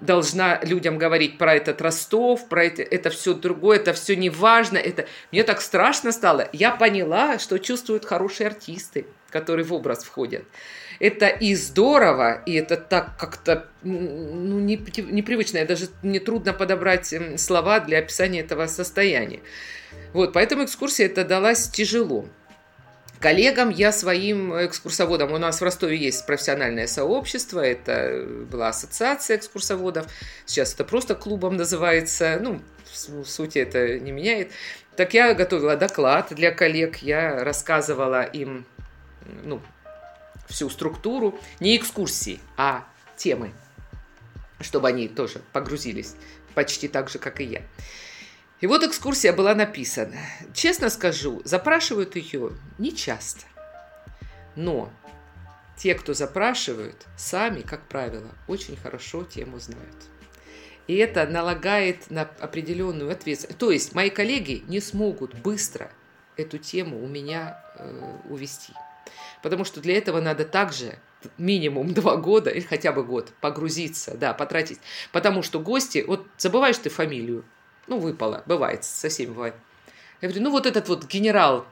должна людям говорить про этот Ростов, про это, это все другое, это все не важно. Это... Мне так страшно стало. Я поняла, что чувствуют хорошие артисты, которые в образ входят. Это и здорово, и это так как-то ну, непривычно. Даже мне трудно подобрать слова для описания этого состояния. Вот, поэтому экскурсия это далась тяжело. Коллегам я своим экскурсоводам, у нас в Ростове есть профессиональное сообщество, это была ассоциация экскурсоводов, сейчас это просто клубом называется, ну, в сути это не меняет. Так я готовила доклад для коллег, я рассказывала им, ну, всю структуру, не экскурсии, а темы, чтобы они тоже погрузились почти так же, как и я. И вот экскурсия была написана. Честно скажу, запрашивают ее нечасто. Но те, кто запрашивают, сами, как правило, очень хорошо тему знают. И это налагает на определенную ответственность. То есть мои коллеги не смогут быстро эту тему у меня э, увести. Потому что для этого надо также минимум два года или хотя бы год погрузиться, да, потратить. Потому что гости, вот забываешь ты фамилию, ну, выпало, бывает, со всеми бывает. Я говорю, ну, вот этот вот генерал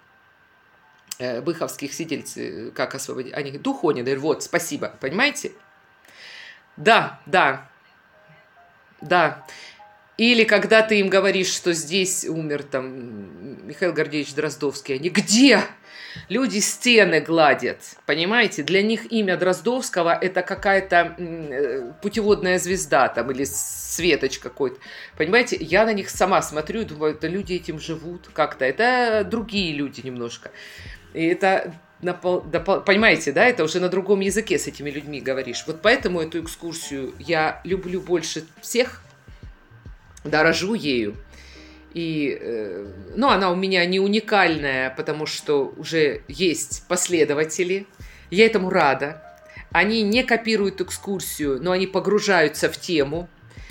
э, быховских сидельцев, как освободить? Они говорят, Духонин. Я говорю, вот, спасибо, понимаете? Да, да, да. Или когда ты им говоришь, что здесь умер там Михаил Гордеевич Дроздовский, они где? Люди стены гладят, понимаете? Для них имя Дроздовского это какая-то путеводная звезда там или светоч какой-то. Понимаете? Я на них сама смотрю и думаю, это люди этим живут как-то. Это другие люди немножко. И это, понимаете, да? Это уже на другом языке с этими людьми говоришь. Вот поэтому эту экскурсию я люблю больше всех, дорожу ею. И, ну, она у меня не уникальная, потому что уже есть последователи. Я этому рада. Они не копируют экскурсию, но они погружаются в тему.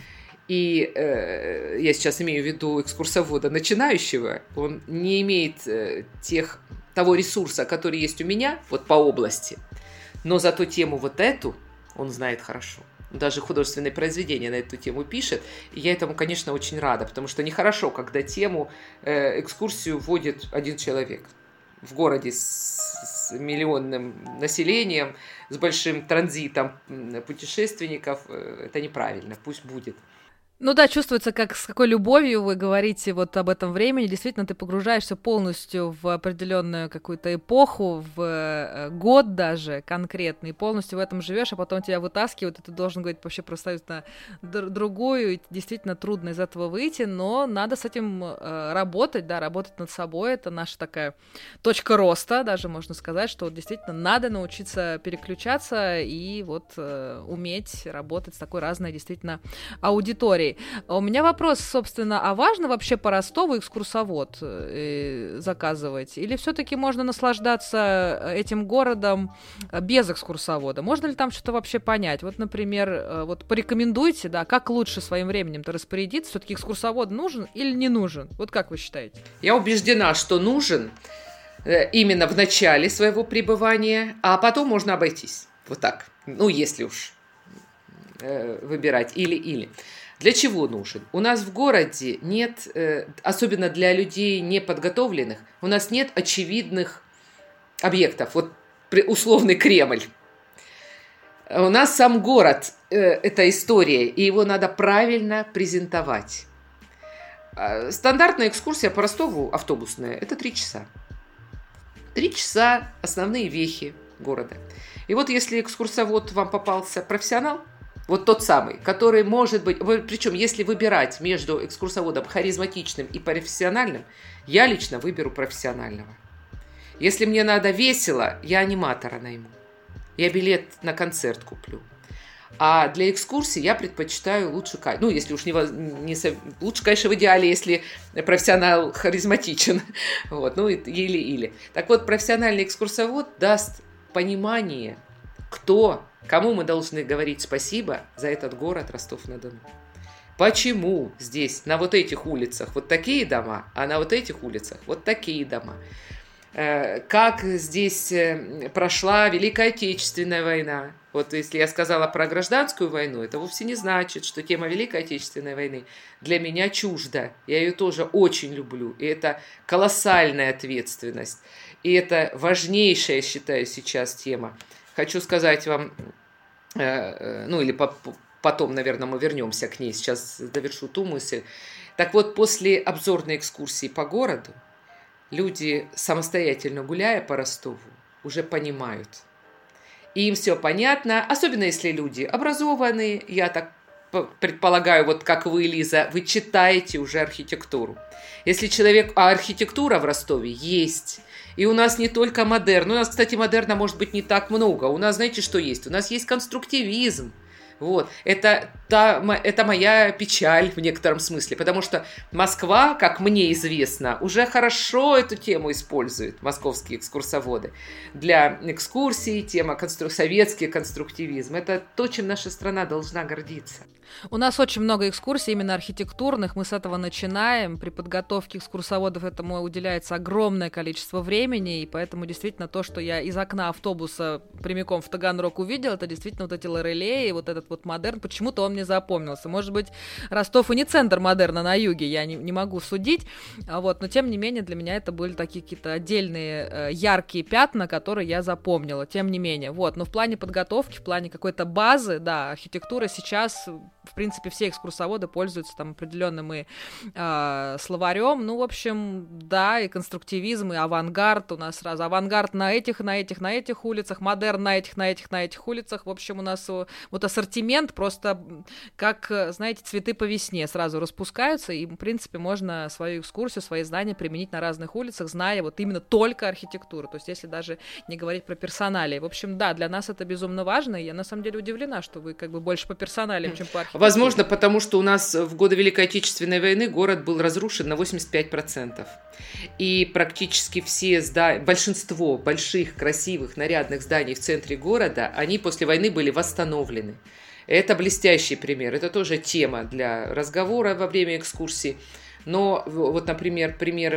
И э, я сейчас имею в виду экскурсовода начинающего. Он не имеет э, тех, того ресурса, который есть у меня, вот по области. Но зато тему вот эту он знает хорошо. Даже художественные произведения на эту тему пишет. И я этому, конечно, очень рада, потому что нехорошо, когда тему, э, экскурсию вводит один человек. В городе с, с миллионным населением, с большим транзитом путешественников. Это неправильно, пусть будет. Ну да, чувствуется, как с какой любовью вы говорите вот об этом времени. Действительно, ты погружаешься полностью в определенную какую-то эпоху, в год даже конкретный, полностью в этом живешь, а потом тебя вытаскивают, и ты должен говорить вообще про абсолютно другую, и действительно трудно из этого выйти, но надо с этим э, работать, да, работать над собой. Это наша такая точка роста, даже можно сказать, что вот действительно надо научиться переключаться и вот э, уметь работать с такой разной действительно аудиторией. У меня вопрос, собственно, а важно вообще по Ростову экскурсовод э, заказывать? Или все-таки можно наслаждаться этим городом без экскурсовода? Можно ли там что-то вообще понять? Вот, например, вот порекомендуйте, да, как лучше своим временем-то распорядиться? Все-таки экскурсовод нужен или не нужен? Вот как вы считаете? Я убеждена, что нужен именно в начале своего пребывания, а потом можно обойтись. Вот так. Ну, если уж э, выбирать или-или. Для чего нужен? У нас в городе нет, особенно для людей неподготовленных, у нас нет очевидных объектов. Вот условный Кремль. У нас сам город – это история, и его надо правильно презентовать. Стандартная экскурсия по Ростову, автобусная, это три часа. Три часа – основные вехи города. И вот если экскурсовод вам попался профессионал, вот тот самый, который может быть... Причем, если выбирать между экскурсоводом харизматичным и профессиональным, я лично выберу профессионального. Если мне надо весело, я аниматора найму. Я билет на концерт куплю. А для экскурсии я предпочитаю лучше... Ну, если уж не... не лучше, конечно, в идеале, если профессионал харизматичен. Вот, ну, или-или. Так вот, профессиональный экскурсовод даст понимание, кто... Кому мы должны говорить спасибо за этот город Ростов-на-Дону? Почему здесь, на вот этих улицах, вот такие дома, а на вот этих улицах вот такие дома? как здесь прошла Великая Отечественная война. Вот если я сказала про гражданскую войну, это вовсе не значит, что тема Великой Отечественной войны для меня чужда. Я ее тоже очень люблю. И это колоссальная ответственность. И это важнейшая, я считаю, сейчас тема. Хочу сказать вам, ну или потом, наверное, мы вернемся к ней. Сейчас довершу ту мысль. Так вот, после обзорной экскурсии по городу, люди, самостоятельно гуляя по Ростову, уже понимают. И им все понятно, особенно если люди образованные, я так предполагаю, вот как вы, Лиза, вы читаете уже архитектуру. Если человек... А архитектура в Ростове есть. И у нас не только модерн. У нас, кстати, модерна может быть не так много. У нас, знаете, что есть? У нас есть конструктивизм. Вот. Это, та, это моя печаль в некотором смысле, потому что Москва, как мне известно, уже хорошо эту тему использует, московские экскурсоводы, для экскурсий, тема констру... советский конструктивизм. Это то, чем наша страна должна гордиться. У нас очень много экскурсий именно архитектурных, мы с этого начинаем, при подготовке экскурсоводов этому уделяется огромное количество времени, и поэтому действительно то, что я из окна автобуса прямиком в Таганрог увидела, это действительно вот эти лорелеи, вот этот вот модерн, почему-то он мне запомнился. Может быть, Ростов и не центр модерна на юге, я не, не могу судить, вот, но тем не менее для меня это были такие какие-то отдельные э, яркие пятна, которые я запомнила, тем не менее. Вот, но в плане подготовки, в плане какой-то базы, да, архитектура сейчас... В принципе, все экскурсоводы пользуются там определенным и э, словарем. Ну, в общем, да, и конструктивизм, и авангард. У нас сразу авангард на этих, на этих, на этих улицах, модерн на этих, на этих, на этих улицах. В общем, у нас вот ассортимент просто как, знаете, цветы по весне сразу распускаются, и, в принципе, можно свою экскурсию, свои знания применить на разных улицах, зная вот именно только архитектуру. То есть, если даже не говорить про персоналии. В общем, да, для нас это безумно важно, и я на самом деле удивлена, что вы как бы больше по персоналиям, чем по архитектуре. Возможно, потому что у нас в годы Великой Отечественной войны город был разрушен на восемьдесят пять процентов. И практически все здания, большинство больших, красивых, нарядных зданий в центре города, они после войны были восстановлены. Это блестящий пример. Это тоже тема для разговора во время экскурсии. Но вот, например, пример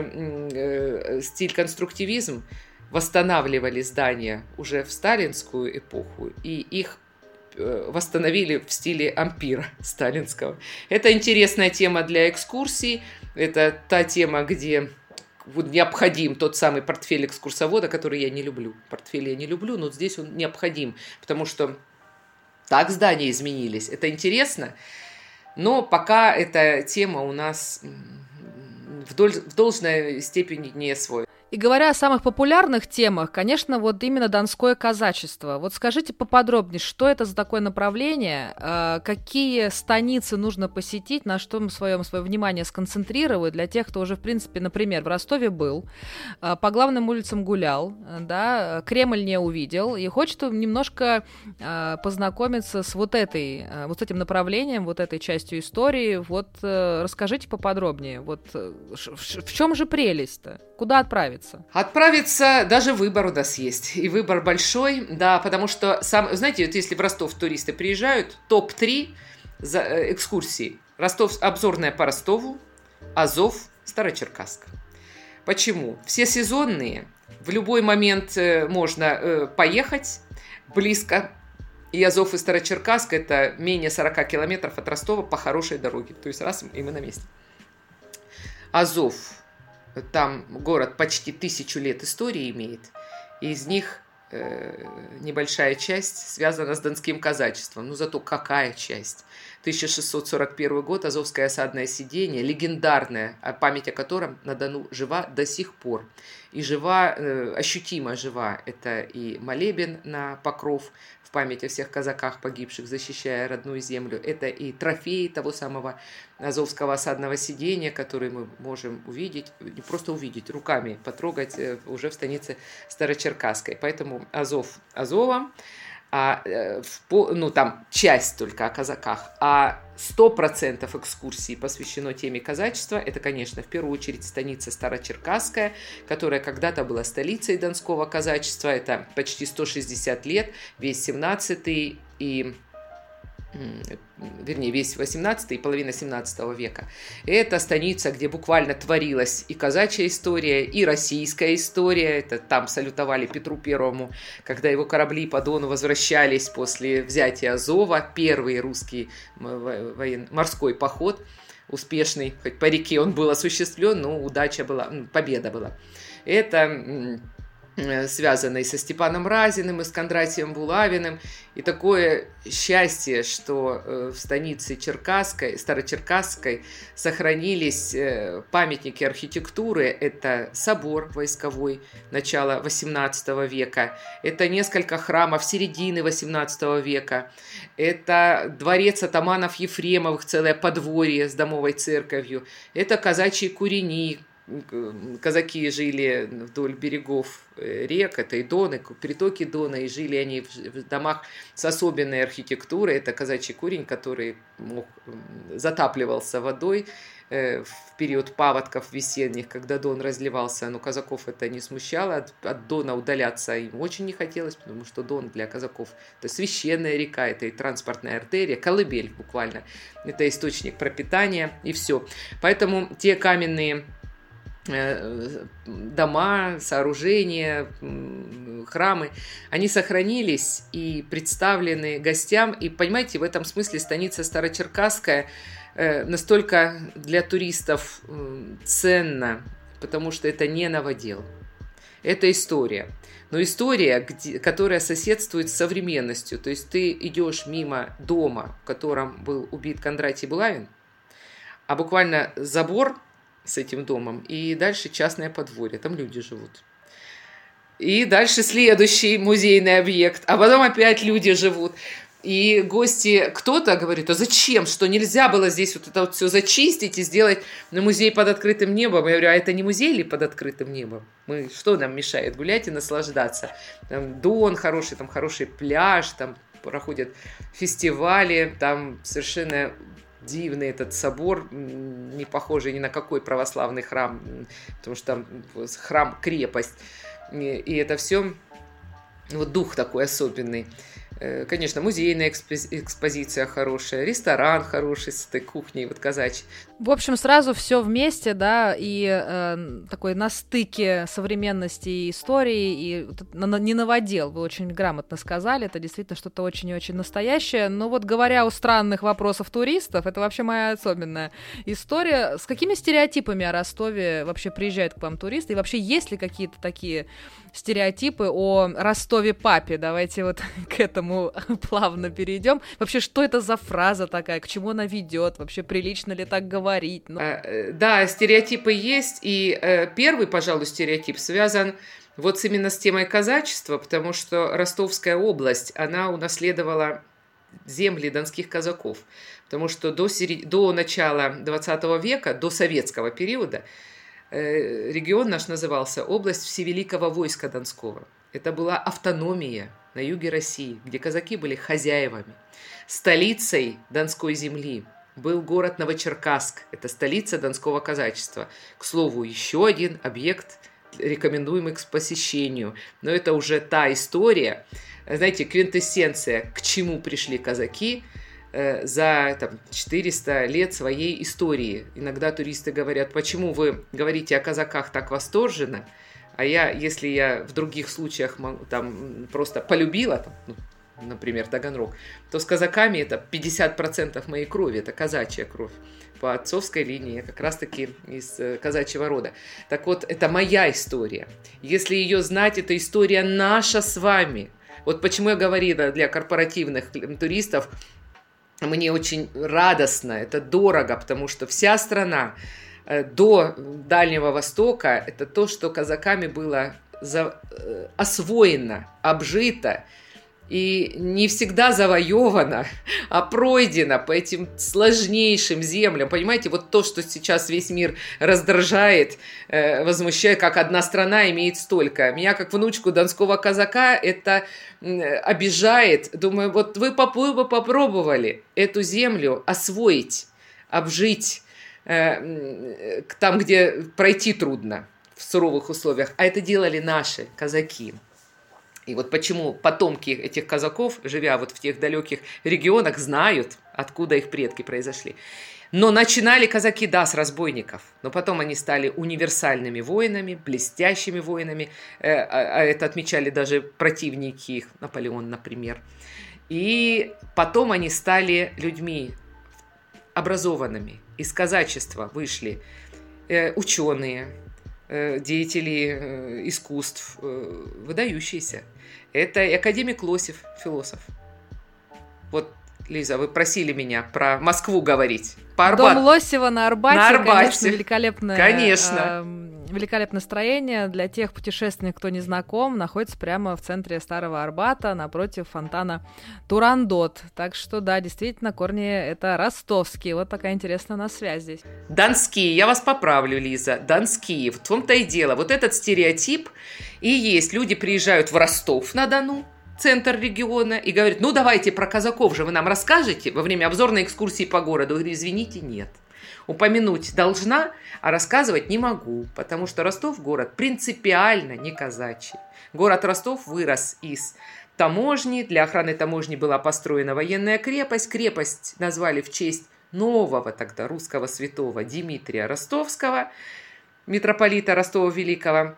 э, стиль конструктивизм восстанавливали здания уже в сталинскую эпоху, и их восстановили в стиле ампира сталинского. Это интересная тема для экскурсий. Это та тема, где вот необходим тот самый портфель экскурсовода, который я не люблю. Портфель я не люблю, но здесь он необходим, потому что так здания изменились. Это интересно, но пока эта тема у нас в, доль, в должной степени не освоена. И говоря о самых популярных темах, конечно, вот именно донское казачество. Вот скажите поподробнее, что это за такое направление, э, какие станицы нужно посетить, на что мы своем, свое внимание сконцентрировать для тех, кто уже, в принципе, например, в Ростове был, э, по главным улицам гулял, э, да, Кремль не увидел и хочет немножко э, познакомиться с вот, этой, э, вот этим направлением, вот этой частью истории. Вот э, расскажите поподробнее, вот э, в, в чем же прелесть-то? Куда отправиться? Отправиться, даже выбор у нас есть. И выбор большой, да, потому что, сам, знаете, вот если в Ростов туристы приезжают, топ три экскурсий. Ростов, обзорная по Ростову, Азов, Старочеркасск. Почему? Все сезонные, в любой момент можно поехать близко. И Азов, и Старочеркасск – это менее сорок километров от Ростова по хорошей дороге. То есть раз, и мы на месте. Азов. Там город почти тысячу лет истории имеет, и из них э, небольшая часть связана с донским казачеством. Ну, зато какая часть? тысяча шестьсот сорок первый год, Азовское осадное сидение, легендарное, память о котором на Дону жива до сих пор. И жива, э, ощутимо жива. Это и молебен на Покров, в память о всех казаках, погибших, защищая родную землю. Это и трофеи того самого Азовского осадного сидения, который мы можем увидеть, не просто увидеть, руками потрогать уже в станице Старочеркасской. Поэтому Азов Азовом, а, ну там часть только о казаках, а сто процентов экскурсий посвящено теме казачества. Это, конечно, в первую очередь станица Старочеркасская, которая когда-то была столицей донского казачества. Это почти сто шестьдесят лет, весь семнадцатый и вернее, весь восемнадцатый и половина семнадцатого века. Это станица, где буквально творилась и казачья история, и российская история. Это там салютовали Петру Первому, когда его корабли по Дону возвращались после взятия Азова. Первый русский воен... морской поход успешный, хоть по реке он был осуществлен, но удача была, победа была. Это связано и со Степаном Разиным, и с Кондратием Булавиным. И такое счастье, что в станице Черкасской, Старочеркасской сохранились памятники архитектуры. Это собор войсковой начала восемнадцатого века, это несколько храмов середины восемнадцатого века, это дворец атаманов Ефремовых, целое подворье с домовой церковью, это казачьи курени. Казаки жили вдоль берегов рек, это и Дон, и притоки Дона, и жили они в домах с особенной архитектурой. Это казачий курень, который мог, затапливался водой в период паводков весенних, когда Дон разливался. Но казаков это не смущало, от, от Дона удаляться им очень не хотелось, потому что Дон для казаков это священная река, это и транспортная артерия, колыбель буквально, это источник пропитания, и все. Поэтому те каменные дома, сооружения, храмы, они сохранились и представлены гостям. И, понимаете, в этом смысле станица Старочеркасская настолько для туристов ценна, потому что это не новодел. Это история. Но история, где, которая соседствует с современностью. То есть ты идешь мимо дома, в котором был убит Кондратий Булавин, а буквально забор с этим домом, и дальше частное подворье, там люди живут. И дальше следующий музейный объект, а потом опять люди живут. И гости, кто-то говорит, а зачем, что нельзя было здесь вот это вот все зачистить и сделать на музей под открытым небом? Я говорю, а это не музей ли под открытым небом? Мы, что нам мешает гулять и наслаждаться? Там Дон хороший, там хороший пляж, там проходят фестивали, там совершенно дивный этот собор, не похожий ни на какой православный храм, потому что там храм-крепость. И это все, вот дух такой особенный. Конечно, музейная экспозиция хорошая, ресторан хороший с этой кухней вот казачьей. В общем, сразу все вместе, да, и э, такой на стыке современности и истории, и не новодел, вы очень грамотно сказали, это действительно что-то очень и очень настоящее. Но вот говоря о странных вопросах туристов, это вообще моя особенная история. С какими стереотипами о Ростове вообще приезжают к вам туристы? И вообще есть ли какие-то такие стереотипы о Ростове-папе? Давайте вот к этому плавно перейдем. Вообще, что это за фраза такая? К чему она ведет? Вообще, прилично ли так говорить? Ну... Да, стереотипы есть. И первый, пожалуй, стереотип связан вот именно с темой казачества, потому что Ростовская область, она унаследовала земли донских казаков. Потому что до, серед... до начала двадцатого века, до советского периода, регион наш назывался область Всевеликого войска Донского. Это была автономия на юге России, где казаки были хозяевами. Столицей Донской земли был город Новочеркасск. Это столица Донского казачества. К слову, еще один объект, рекомендуемый к посещению. Но это уже та история, знаете, квинтэссенция, к чему пришли казаки за там, четыреста лет своей истории. Иногда туристы говорят, почему вы говорите о казаках так восторженно, а я, если я в других случаях там, просто полюбила, там, ну, например, Таганрог, то с казаками это пятьдесят процентов моей крови, это казачья кровь. По отцовской линии, я как раз-таки из казачьего рода. Так вот, это моя история. Если ее знать, это история наша с вами. Вот почему я говорила для корпоративных туристов, мне очень радостно, это дорого, потому что вся страна до Дальнего Востока, это то, что казаками было за... освоено, обжито, и не всегда завоевано, а пройдено по этим сложнейшим землям. Понимаете, вот то, что сейчас весь мир раздражает, возмущает, как одна страна имеет столько. Меня, как внучку донского казака, это обижает. Думаю, вот вы бы попробовали эту землю освоить, обжить, там, где пройти трудно в суровых условиях. А это делали наши казаки. И вот почему потомки этих казаков, живя вот в тех далеких регионах, знают, откуда их предки произошли. Но начинали казаки, да, с разбойников, но потом они стали универсальными воинами, блестящими воинами, а это отмечали даже противники их, Наполеон, например. И потом они стали людьми образованными. Из казачества вышли ученые, деятели искусств, выдающиеся. Это академик Лосев, философ. Вот, Лиза, вы просили меня про Москву говорить. По Арбату. Дом Лосева на Арбате, на Арбате. Конечно, великолепное, конечно. Э, великолепное строение. Для тех путешественников, кто не знаком, находится прямо в центре Старого Арбата, напротив фонтана Турандот. Так что, да, действительно, корни это ростовские. Вот такая интересная у нас связь здесь. Донские, я вас поправлю, Лиза, донские. В том-то и дело. Вот этот стереотип и есть. Люди приезжают в Ростов-на-Дону, центр региона, и говорит, ну давайте про казаков же вы нам расскажете во время обзорной экскурсии по городу. Я говорю, извините, нет. Упомянуть должна, а рассказывать не могу, потому что Ростов город принципиально не казачий. Город Ростов вырос из таможни, для охраны таможни была построена военная крепость, крепость назвали в честь нового тогда русского святого Дмитрия Ростовского, митрополита Ростова-Великого,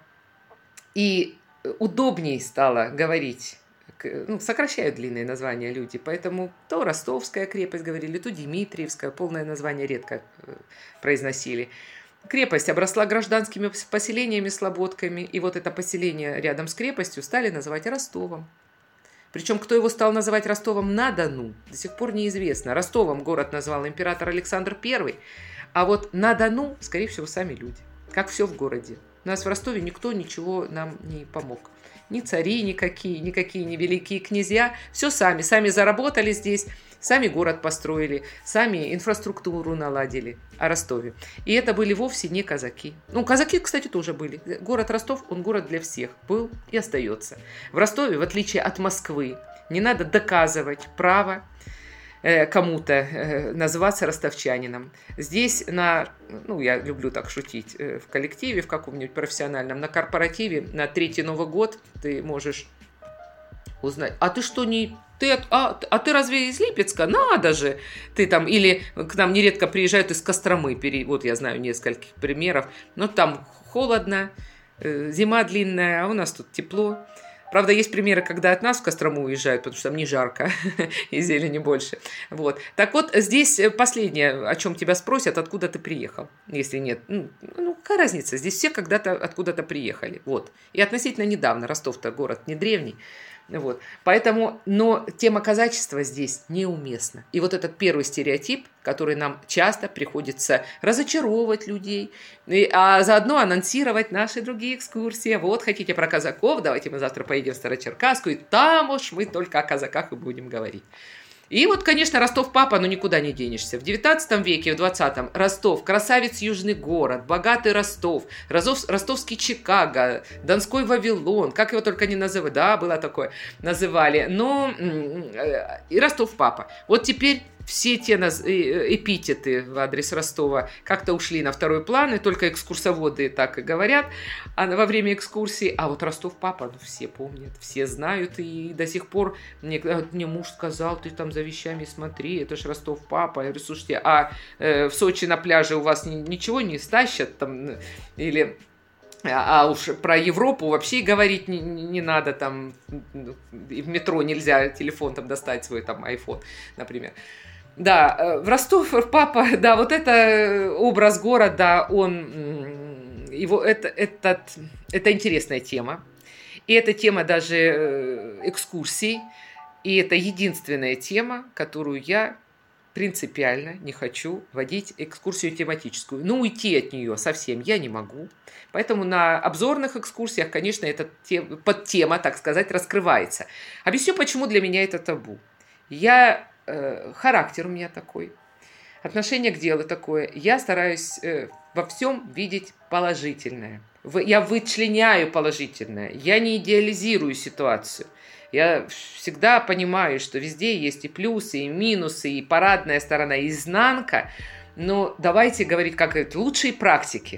и удобней стало говорить. Ну, сокращают длинные названия люди, поэтому то Ростовская крепость говорили, то Дмитриевская, полное название редко произносили. Крепость обросла гражданскими поселениями, слободками, и вот это поселение рядом с крепостью стали называть Ростовом. Причем, кто его стал называть Ростовом-на-Дону, до сих пор неизвестно. Ростовом город назвал император Александр Первый, а вот на Дону, скорее всего, сами люди, как все в городе. У нас в Ростове никто ничего нам не помог. Ни цари никакие, никакие не великие князья. Все сами. Сами заработали здесь, сами город построили, сами инфраструктуру наладили о Ростове. И это были вовсе не казаки. Ну, казаки, кстати, тоже были. Город Ростов, он город для всех. Был и остается. В Ростове, в отличие от Москвы, не надо доказывать право кому-то называться ростовчанином. Здесь на, ну, я люблю так шутить, в коллективе, в каком-нибудь профессиональном, на корпоративе, на третий Новый год ты можешь узнать, а ты что, не... Ты, а, а ты разве из Липецка? Надо же! Ты там, или к нам нередко приезжают из Костромы, вот я знаю нескольких примеров, но там холодно, зима длинная, а у нас тут тепло. Правда, есть примеры, когда от нас в Кострому уезжают, потому что там не жарко и зелени больше. Вот. Так вот, здесь последнее, о чем тебя спросят, откуда ты приехал, если нет. Ну, ну какая разница, здесь все когда-то откуда-то приехали. Вот. И относительно недавно, Ростов-то город не древний. Вот. Поэтому, но тема казачества здесь неуместна. И вот этот первый стереотип, который нам часто приходится разочаровывать людей, и, а заодно анонсировать наши другие экскурсии. Вот, хотите про казаков, давайте мы завтра поедем в Старочеркасску, и там уж мы только о казаках и будем говорить. И вот, конечно, Ростов-папа, ну никуда не денешься. В девятнадцатом веке, в двадцатом Ростов, красавец южный город, богатый Ростов, Ростов, ростовский Чикаго, Донской Вавилон, как его только не называли, да, было такое, называли. Но и Ростов-папа. Вот теперь все те эпитеты в адрес Ростова как-то ушли на второй план, и только экскурсоводы так и говорят а во время экскурсии. А вот Ростов-папа, ну, все помнят, все знают, и до сих пор мне, мне муж сказал, ты там за вещами смотри, это же Ростов-папа. Я говорю, слушайте, а э, в Сочи на пляже у вас ни, ничего не стащат там, или... А уж про Европу вообще говорить не, не надо, там и в метро нельзя телефон там достать свой, там, айфон, например. Да, в Ростов, папа, да, вот это образ города, он, его, это, этот, это интересная тема. И это тема даже экскурсий, и это единственная тема, которую я принципиально не хочу водить экскурсию тематическую. Но уйти от нее совсем я не могу. Поэтому на обзорных экскурсиях, конечно, эта тема, подтема, так сказать, раскрывается. Объясню, почему для меня это табу. Я, э, характер у меня такой, отношение к делу такое. Я стараюсь э, во всем видеть положительное. Я вычленяю положительное. Я не идеализирую ситуацию. Я всегда понимаю, что везде есть и плюсы, и минусы, и парадная сторона, и изнанка. Но давайте говорить, как это, лучшие практики.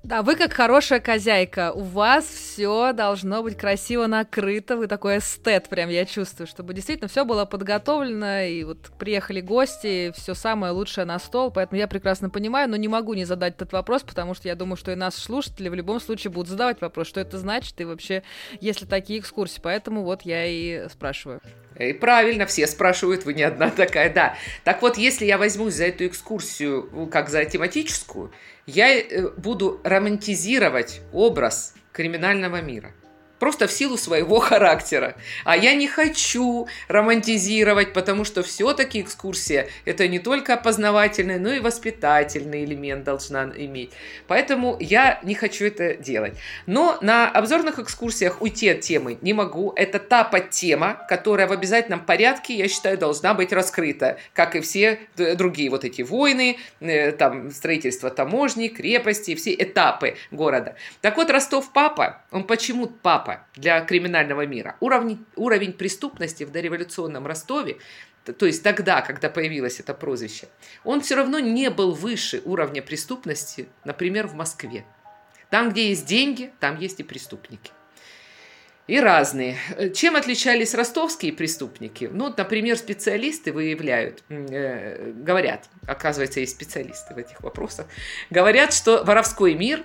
Да, вы как хорошая хозяйка, у вас все должно быть красиво накрыто, вы такой эстет, прям я чувствую, чтобы действительно все было подготовлено, и вот приехали гости, все самое лучшее на стол, поэтому я прекрасно понимаю, но не могу не задать этот вопрос, потому что я думаю, что и наши слушатели в любом случае будут задавать вопрос, что это значит, и вообще, есть ли такие экскурсии, поэтому вот я и спрашиваю. И правильно, все спрашивают, вы не одна такая, да. Так вот, если я возьмусь за эту экскурсию как за тематическую, я буду романтизировать образ криминального мира. Просто в силу своего характера. А я не хочу романтизировать, потому что все-таки экскурсия – это не только познавательный, но и воспитательный элемент должна иметь. Поэтому я не хочу это делать. Но на обзорных экскурсиях уйти от темы не могу. Это та подтема, которая в обязательном порядке, я считаю, должна быть раскрыта, как и все другие вот эти войны, там, строительство таможни, крепости, все этапы города. Так вот, Ростов-Папа, он почему папа? Для криминального мира. Уровень, уровень преступности в дореволюционном Ростове, то есть тогда, когда появилось это прозвище, он все равно не был выше уровня преступности, например, в Москве. Там, где есть деньги, там есть и преступники. И разные. Чем отличались ростовские преступники? Ну, например, специалисты выявляют, э, говорят, оказывается, есть специалисты в этих вопросах, говорят, что воровской мир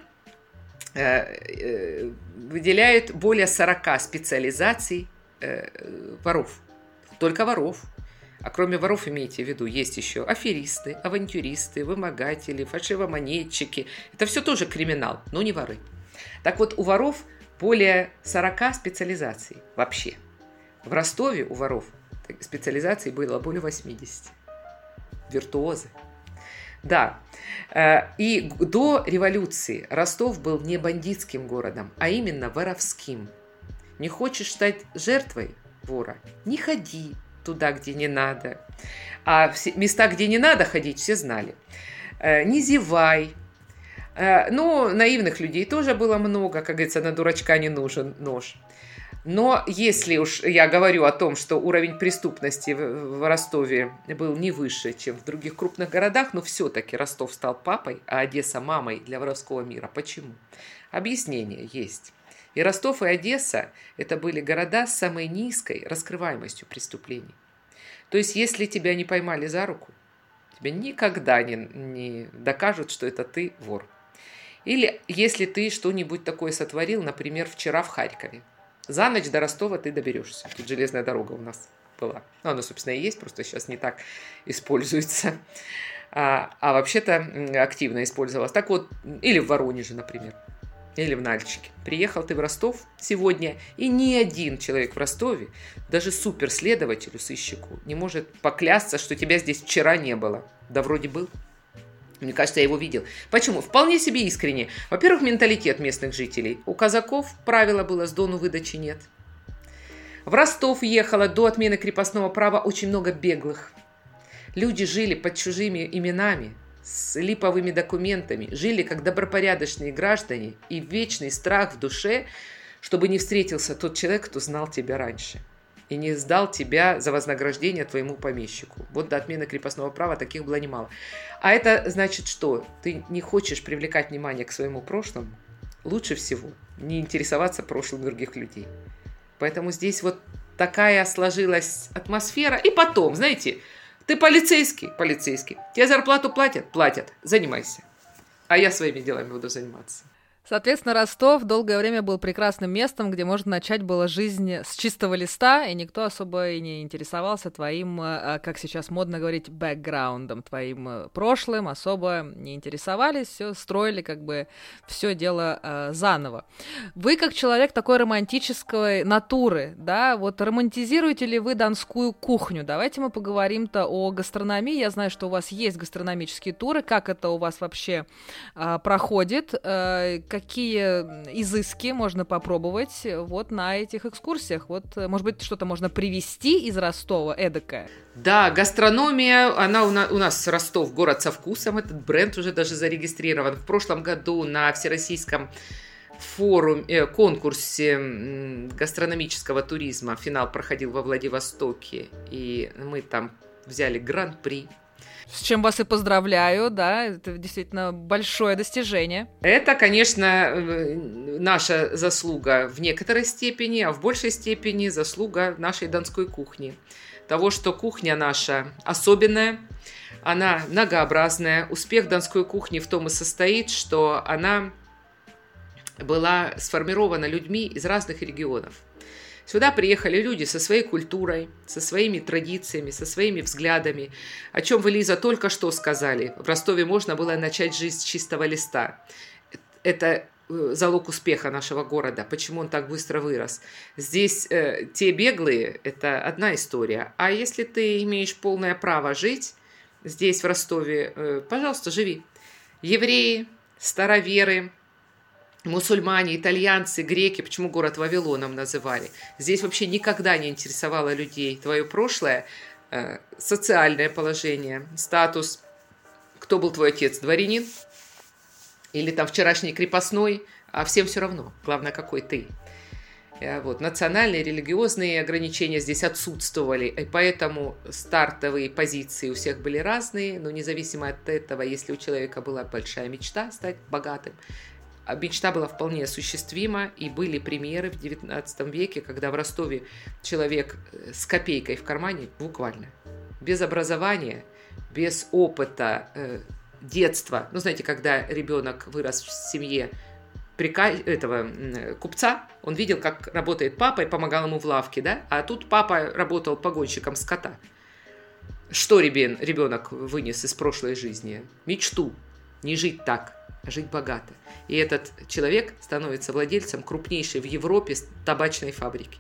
выделяют более сорока специализаций э, воров. Только воров. А кроме воров, имейте в виду, есть еще аферисты, авантюристы, вымогатели, фальшивомонетчики. Это все тоже криминал, но не воры. Так вот, у воров более сорока специализаций вообще. В Ростове у воров специализаций было более восьмидесяти. Виртуозы. Да, и до революции Ростов был не бандитским городом, а именно воровским. Не хочешь стать жертвой вора? Не ходи туда, где не надо. А места, где не надо ходить, все знали. Не зевай. Ну, наивных людей тоже было много, как говорится, на дурачка не нужен нож. Но если уж я говорю о том, что уровень преступности в Ростове был не выше, чем в других крупных городах, но все-таки Ростов стал папой, а Одесса мамой для воровского мира. Почему? Объяснение есть. И Ростов, и Одесса – это были города с самой низкой раскрываемостью преступлений. То есть, если тебя не поймали за руку, тебе никогда не, не докажут, что это ты вор. Или если ты что-нибудь такое сотворил, например, вчера в Харькове. За ночь до Ростова ты доберешься. Тут железная дорога у нас была. Ну, она, собственно, и есть, просто сейчас не так используется. А, а вообще-то активно использовалась. Так вот, или в Воронеже, например, или в Нальчике. Приехал ты в Ростов сегодня, и ни один человек в Ростове, даже суперследователю, сыщику, не может поклясться, что тебя здесь вчера не было. Да вроде был. Мне кажется, я его видел. Почему? Вполне себе искренне. Во-первых, менталитет местных жителей. У казаков правило было «с дону выдачи нет». В Ростов ехало до отмены крепостного права очень много беглых. Люди жили под чужими именами, с липовыми документами, жили как добропорядочные граждане, и вечный страх в душе, чтобы не встретился тот человек, кто знал тебя раньше и не сдал тебя за вознаграждение твоему помещику. Вот до отмены крепостного права таких было немало. А это значит что? Ты не хочешь привлекать внимание к своему прошлому? Лучше всего не интересоваться прошлым других людей. Поэтому здесь вот такая сложилась атмосфера. И потом, знаете, ты полицейский, полицейский. Тебе зарплату платят? Платят. Занимайся. А я своими делами буду заниматься. Соответственно, Ростов долгое время был прекрасным местом, где можно начать было жизнь с чистого листа, и никто особо и не интересовался твоим, как сейчас модно говорить, бэкграундом, твоим прошлым, особо не интересовались, все строили как бы все дело э, заново. Вы как человек такой романтической натуры, да, вот романтизируете ли вы донскую кухню? Давайте мы поговорим-то о гастрономии. Я знаю, что у вас есть гастрономические туры, как это у вас вообще э, проходит, э, какие изыски можно попробовать вот на этих экскурсиях? Вот, может быть, что-то можно привезти из Ростова эдакое? Да, гастрономия, она у нас, у нас Ростов, город со вкусом, этот бренд уже даже зарегистрирован. В прошлом году на Всероссийском форуме, э, конкурсе гастрономического туризма финал проходил во Владивостоке, и мы там взяли гран-при. С чем вас и поздравляю, да, это действительно большое достижение. Это, конечно, наша заслуга в некоторой степени, а в большей степени заслуга нашей донской кухни. Того, что кухня наша особенная, она многообразная. Успех донской кухни в том и состоит, что она была сформирована людьми из разных регионов. Сюда приехали люди со своей культурой, со своими традициями, со своими взглядами. О чем вы, Лиза, только что сказали. В Ростове можно было начать жизнь с чистого листа. Это залог успеха нашего города. Почему он так быстро вырос? Здесь э, те беглые – это одна история. А если ты имеешь полное право жить здесь, в Ростове, э, пожалуйста, живи. Евреи, староверы, мусульмане, итальянцы, греки, почему город Вавилоном называли. Здесь вообще никогда не интересовало людей твое прошлое, э, социальное положение, статус, кто был твой отец, дворянин или там вчерашний крепостной, а всем все равно, главное, какой ты. Вот. Национальные, религиозные ограничения здесь отсутствовали, и поэтому стартовые позиции у всех были разные, но независимо от этого, если у человека была большая мечта стать богатым, мечта была вполне осуществима, и были примеры в девятнадцатом веке, когда в Ростове человек с копейкой в кармане, буквально, без образования, без опыта детства, ну, знаете, когда ребенок вырос в семье приказ... этого купца, он видел, как работает папа и помогал ему в лавке, да, а тут папа работал погонщиком скота. Что ребенок вынес из прошлой жизни? Мечту. Не жить так, а жить богато. И этот человек становится владельцем крупнейшей в Европе табачной фабрики.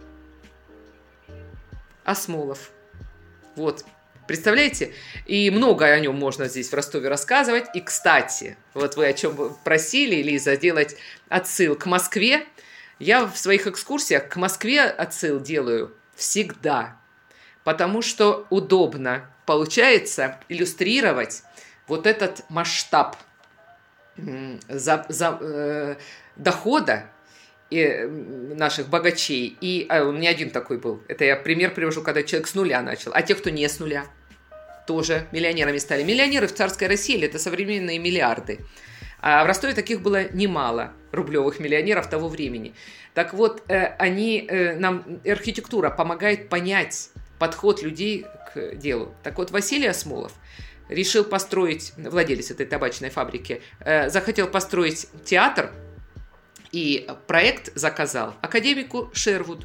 Асмолов. Вот. Представляете? И много о нем можно здесь в Ростове рассказывать. И, кстати, вот вы о чем просили, Лиза, делать отсыл к Москве. Я в своих экскурсиях к Москве отсыл делаю всегда. Потому что удобно получается иллюстрировать вот этот масштаб за, за, э, дохода и наших богачей. И а, он не один такой был. Это я пример привожу, когда человек с нуля начал. А те, кто не с нуля, тоже миллионерами стали. Миллионеры в царской России – это современные миллиарды. А в Ростове таких было немало рублевых миллионеров того времени. Так вот, э, они, э, нам архитектура помогает понять подход людей к делу. Так вот, Василий Асмолов решил построить, владелец этой табачной фабрики, э, захотел построить театр, и проект заказал академику Шервуду.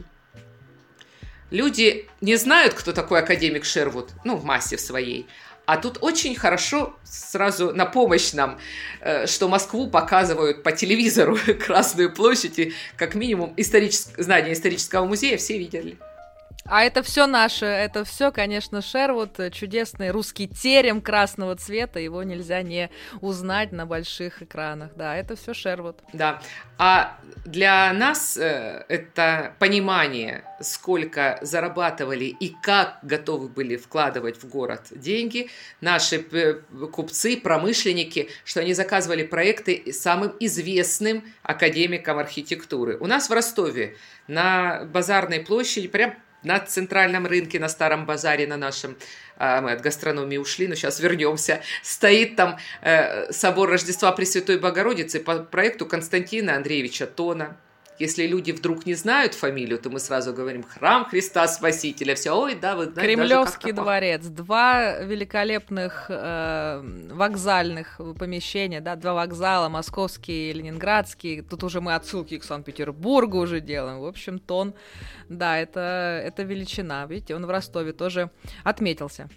Люди не знают, кто такой академик Шервуд, ну, в массе в своей. А тут очень хорошо сразу на помощь нам, что Москву показывают по телевизору, Красную площадь, и как минимум историчес... знание исторического музея все видели. А это все наше, это все, конечно, Шервуд, чудесный русский терем красного цвета, его нельзя не узнать на больших экранах, да, это все Шервуд. Да, а для нас э, это понимание, сколько зарабатывали и как готовы были вкладывать в город деньги наши купцы, промышленники, что они заказывали проекты самым известным академикам архитектуры. У нас в Ростове на Базарной площади прям на центральном рынке, на Старом базаре, на нашем, мы от гастрономии ушли, но сейчас вернемся, стоит там собор Рождества Пресвятой Богородицы по проекту Константина Андреевича Тона. Если люди вдруг не знают фамилию, то мы сразу говорим «Храм Христа Спасителя». Все, ой, да, вы знаете. Кремлевский дворец, два великолепных э, вокзальных помещения, да, два вокзала, московский и ленинградский. Тут уже мы отсылки к Санкт-Петербургу уже делаем. В общем, Тон, да, это, это величина. Видите, он в Ростове тоже отметился.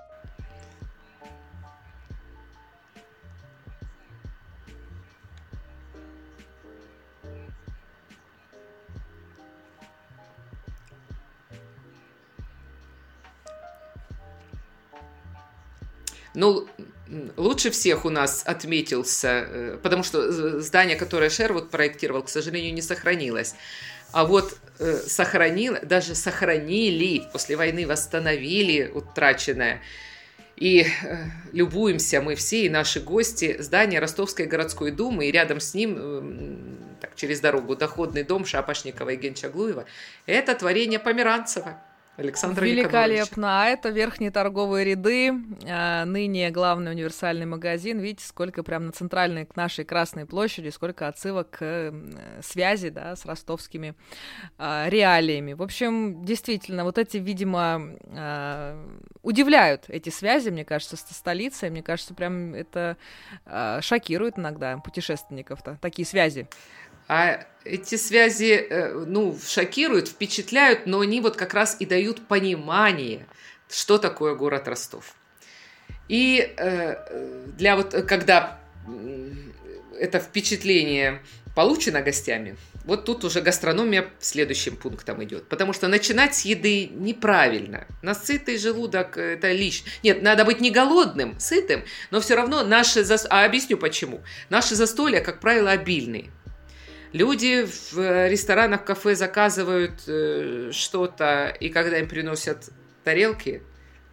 Ну, лучше всех у нас отметился, потому что здание, которое Шервуд проектировал, к сожалению, не сохранилось. А вот э, сохранил, даже сохранили, после войны восстановили утраченное. И э, любуемся мы все, и наши гости, здание Ростовской городской думы, и рядом с ним, э, так, через дорогу, доходный дом Шапошникова и Генчаглуева. Это творение Померанцева. Александра Великолепно. А это верхние торговые ряды, а, ныне главный универсальный магазин. Видите, сколько прямо на центральной к нашей Красной площади, сколько отсылок к э, связи, да, с ростовскими а, реалиями. В общем, действительно, вот эти, видимо, а, удивляют эти связи, мне кажется, со столицей. Мне кажется, прям это а, шокирует иногда путешественников-то, такие связи. А эти связи, ну, шокируют, впечатляют, но они вот как раз и дают понимание, что такое город Ростов. И для вот, когда это впечатление получено гостями, вот тут уже гастрономия следующим пунктом идет. Потому что начинать с еды неправильно. На сытый желудок это лишнее. Нет, надо быть не голодным, сытым, но все равно наши... Зас... А объясню почему. Наши застолья, как правило, обильные. Люди в ресторанах, кафе заказывают э, что-то, и когда им приносят тарелки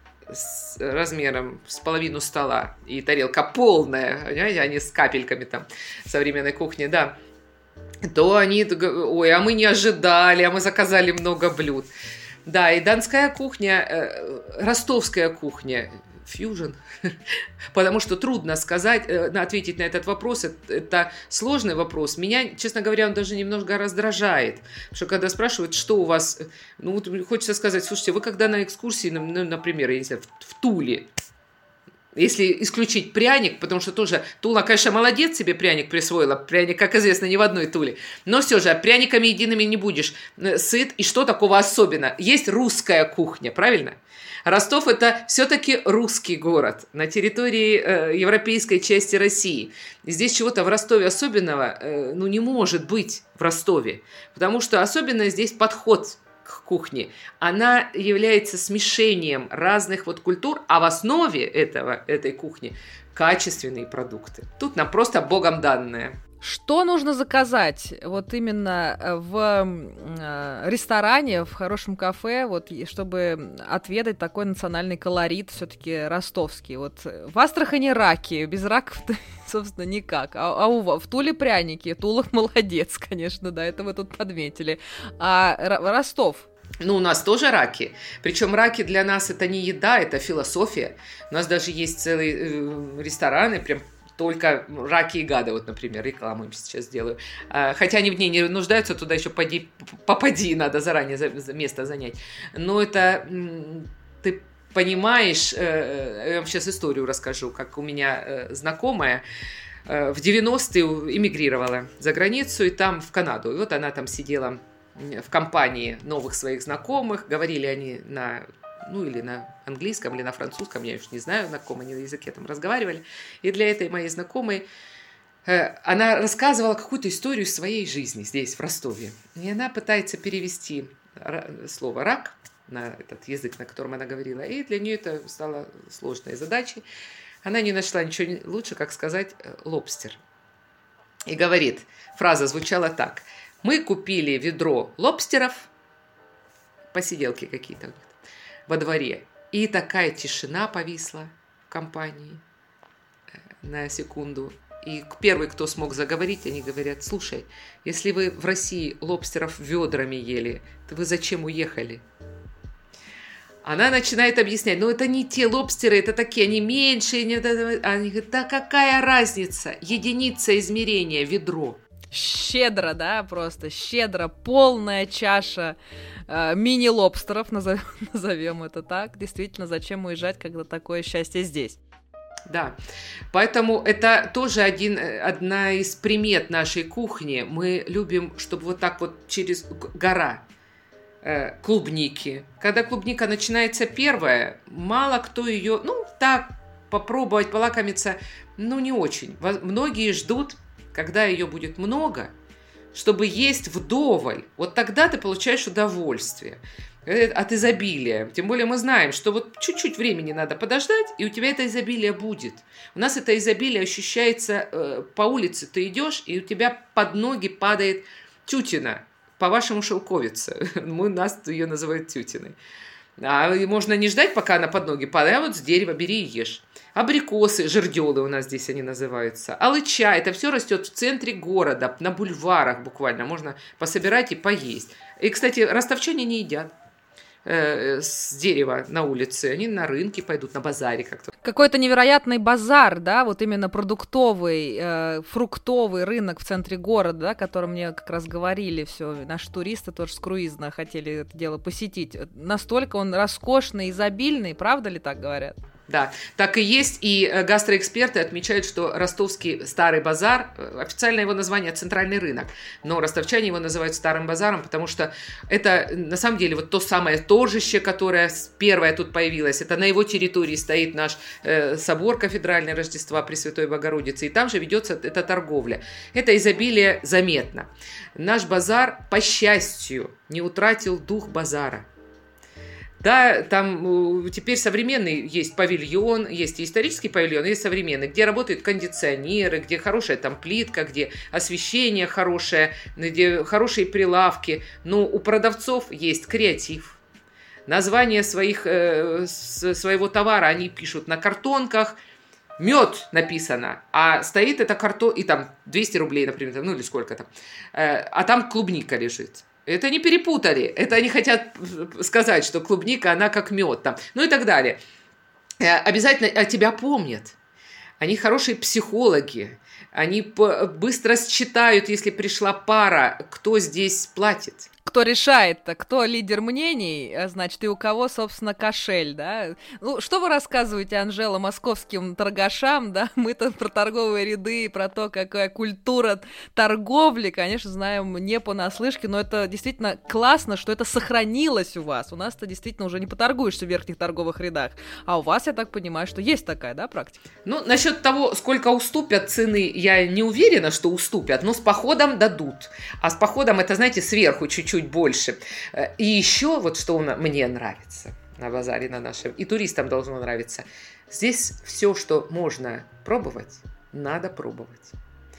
с размером с половину стола, и тарелка полная, понимаете, они с капельками там современной кухни, да, то они, ой, а мы не ожидали, а мы заказали много блюд. Да, и донская кухня, э, ростовская кухня, фьюжн, потому что трудно сказать, ответить на этот вопрос, это, это сложный вопрос. Меня, честно говоря, он даже немножко раздражает, потому что когда спрашивают, что у вас, ну, вот хочется сказать, слушайте, вы когда на экскурсии, ну, например, я не знаю, в, в Туле, если исключить пряник, потому что тоже Тула, конечно, молодец, себе пряник присвоила. Пряник, как известно, не в одной Туле. Но все же, пряниками едиными не будешь сыт. И что такого особенно? Есть русская кухня, правильно? Ростов – это все-таки русский город на территории э, европейской части России. И здесь чего-то в Ростове особенного э, ну, не может быть в Ростове. Потому что особенно здесь подход к кухне. Она является смешением разных вот культур, а в основе этого, этой кухни качественные продукты. Тут нам просто богом данное. Что нужно заказать вот именно в э, ресторане, в хорошем кафе, вот, чтобы отведать такой национальный колорит все-таки ростовский? Вот в Астрахани раки, без раков, собственно, никак. А, а у, в Туле пряники, Тула молодец, конечно, да, это вы тут подметили. А Р- Ростов? Ну, у нас тоже раки. Причем раки для нас это не еда, это философия. У нас даже есть целые э, рестораны, прям только раки и гады, вот, например, рекламу им сейчас делаю. Хотя они в ней не нуждаются, туда еще поди, попади, надо заранее место занять. Но это ты понимаешь, я вам сейчас историю расскажу, как у меня знакомая в девяностые эмигрировала за границу и там в Канаду. И вот она там сидела в компании новых своих знакомых, говорили они на... ну, или на английском, или на французском, я уж не знаю, на каком они языке там разговаривали. И для этой моей знакомой э, она рассказывала какую-то историю своей жизни здесь, в Ростове. И она пытается перевести слово «рак» на этот язык, на котором она говорила. И для нее это стало сложной задачей. Она не нашла ничего лучше, как сказать «лобстер». И говорит, фраза звучала так. «Мы купили ведро лобстеров», посиделки какие-то во дворе. И такая тишина повисла в компании на секунду. И первый, кто смог заговорить, они говорят, слушай, если вы в России лобстеров ведрами ели, то вы зачем уехали? Она начинает объяснять, ну это не те лобстеры, это такие, они меньше. Они говорят, да какая разница? Единица измерения, ведро. Щедро, да, просто щедро, полная чаша э, мини-лобстеров, назовем, назовем это так. Действительно, зачем уезжать, когда такое счастье здесь? Да, поэтому это тоже один, одна из примет нашей кухни. Мы любим, чтобы вот так вот через гора э, клубники. Когда клубника начинается первая, мало кто ее, ну так, попробовать, полакомиться, ну не очень. Многие ждут, когда ее будет много, чтобы есть вдоволь, вот тогда ты получаешь удовольствие от изобилия. Тем более мы знаем, что вот чуть-чуть времени надо подождать, и у тебя это изобилие будет. У нас это изобилие ощущается э, по улице. Ты идешь, и у тебя под ноги падает тютина, по-вашему шелковица. Мы, нас ее называют тютиной. А можно не ждать, пока она под ноги падает, а вот с дерева бери и ешь. Абрикосы, жердёлы у нас здесь они называются. Алыча, это все растет в центре города, на бульварах буквально. Можно пособирать и поесть. И, кстати, ростовчане не едят. э, с дерева на улице, они на рынке пойдут, на базаре как-то. Какой-то невероятный базар, да, вот именно продуктовый, э, фруктовый рынок в центре города, да, о котором мне как раз говорили все, наши туристы тоже с круиза хотели это дело посетить. Настолько он роскошный, изобильный, правда ли так говорят? Да, так и есть, и гастроэксперты отмечают, что ростовский старый базар, официально его название центральный рынок, но ростовчане его называют старым базаром, потому что это на самом деле вот то самое торжище, которое первое тут появилось, это на его территории стоит наш э, собор кафедральный Рождества Пресвятой Богородицы, и там же ведется эта торговля. Это изобилие заметно. Наш базар, по счастью, не утратил дух базара. Да, там теперь современный есть павильон, есть и исторический павильон, есть современный, где работают кондиционеры, где хорошая там плитка, где освещение хорошее, где хорошие прилавки. Но у продавцов есть креатив. Название своих, э, своего товара они пишут на картонках. Мед написано, а стоит это картон, и там двести рублей, например, ну или сколько там, э, а там клубника лежит. Это не перепутали. Это они хотят сказать, что клубника, она как мед там. Ну и так далее. Обязательно о тебя помнят. Они хорошие психологи. Они быстро считают, если пришла пара, кто здесь платит. Кто решает-то, кто лидер мнений, значит, и у кого, собственно, кошель, да? Ну, что вы рассказываете, Анжела, московским торгашам, да? Мы-то про торговые ряды, про то, какая культура торговли, конечно, знаем не понаслышке, но это действительно классно, что это сохранилось у вас. У нас-то действительно уже не поторгуешься в верхних торговых рядах, а у вас, я так понимаю, что есть такая, да, практика? Ну, насчет того, сколько уступят цены, я не уверена, что уступят, но с походом дадут. А с походом это, знаете, сверху чуть-чуть больше. И еще вот что мне нравится на базаре на нашем, и туристам должно нравиться. Здесь все, что можно пробовать, надо пробовать.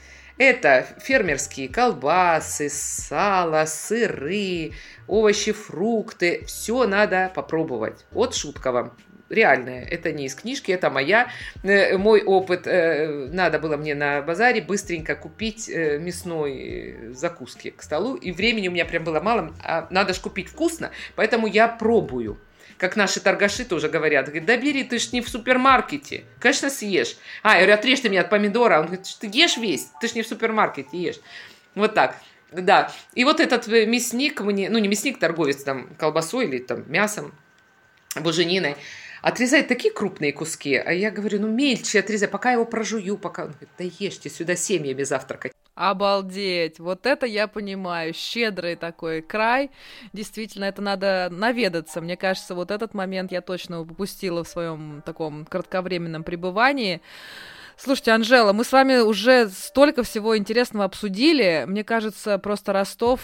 Это фермерские колбасы, сало, сыры, овощи, фрукты. Все надо попробовать. Вот шутка вам. Реальная, это не из книжки, это моя, э, мой опыт. Э, надо было мне на базаре быстренько купить э, мясной закуски к столу, и времени у меня прям было мало, а надо ж купить вкусно, поэтому я пробую. Как наши торгаши тоже говорят, говорят, да бери, ты ж не в супермаркете, конечно, съешь. А, я говорю, отрежь ты меня от помидора, он говорит, ты ешь весь, ты ж не в супермаркете ешь. Вот так. Да, и вот этот мясник мне, ну не мясник, торговец там колбасой или там мясом, бужениной, отрезает такие крупные куски, а я говорю, ну мельче отрезай, пока его прожую, пока... Он говорит, да ешьте сюда семьями завтракать. Обалдеть, вот это я понимаю, щедрый такой край, действительно, это надо наведаться, мне кажется, вот этот момент я точно упустила в своем таком кратковременном пребывании. Слушайте, Анжела, мы с вами уже столько всего интересного обсудили. Мне кажется, просто Ростов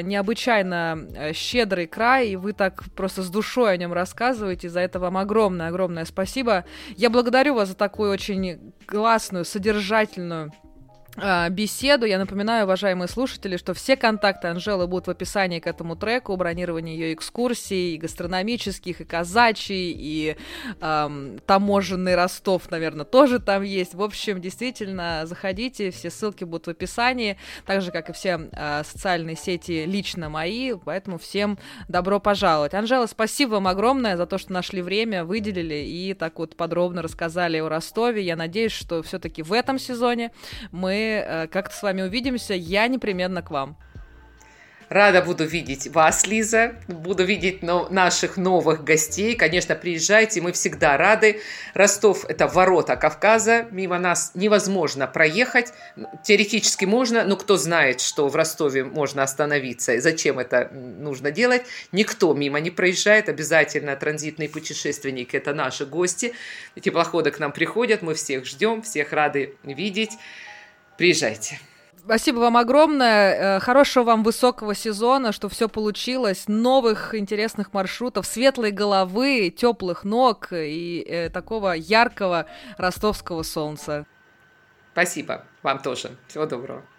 необычайно щедрый край, и вы так просто с душой о нем рассказываете. За это вам огромное-огромное спасибо. Я благодарю вас за такую очень классную, содержательную беседу. Я напоминаю, уважаемые слушатели, что все контакты Анжелы будут в описании к этому треку, бронирование ее экскурсий, и гастрономических, и казачий, и эм, таможенный Ростов, наверное, тоже там есть. В общем, действительно, заходите, все ссылки будут в описании, так же, как и все э, социальные сети лично мои, поэтому всем добро пожаловать. Анжела, спасибо вам огромное за то, что нашли время, выделили и так вот подробно рассказали о Ростове. Я надеюсь, что все-таки в этом сезоне мы как-то с вами увидимся, я непременно к вам. Рада буду видеть вас, Лиза, буду видеть но, наших новых гостей. Конечно, приезжайте, мы всегда рады. Ростов – это ворота Кавказа, мимо нас невозможно проехать. Теоретически можно, но кто знает, что в Ростове можно остановиться, и зачем это нужно делать. Никто мимо не проезжает, обязательно транзитные путешественники – это наши гости. Теплоходы к нам приходят, мы всех ждем, всех рады видеть. Приезжайте. Спасибо вам огромное. Хорошего вам высокого сезона, что все получилось. Новых интересных маршрутов, светлой головы, теплых ног и э, такого яркого ростовского солнца. Спасибо. Вам тоже. Всего доброго.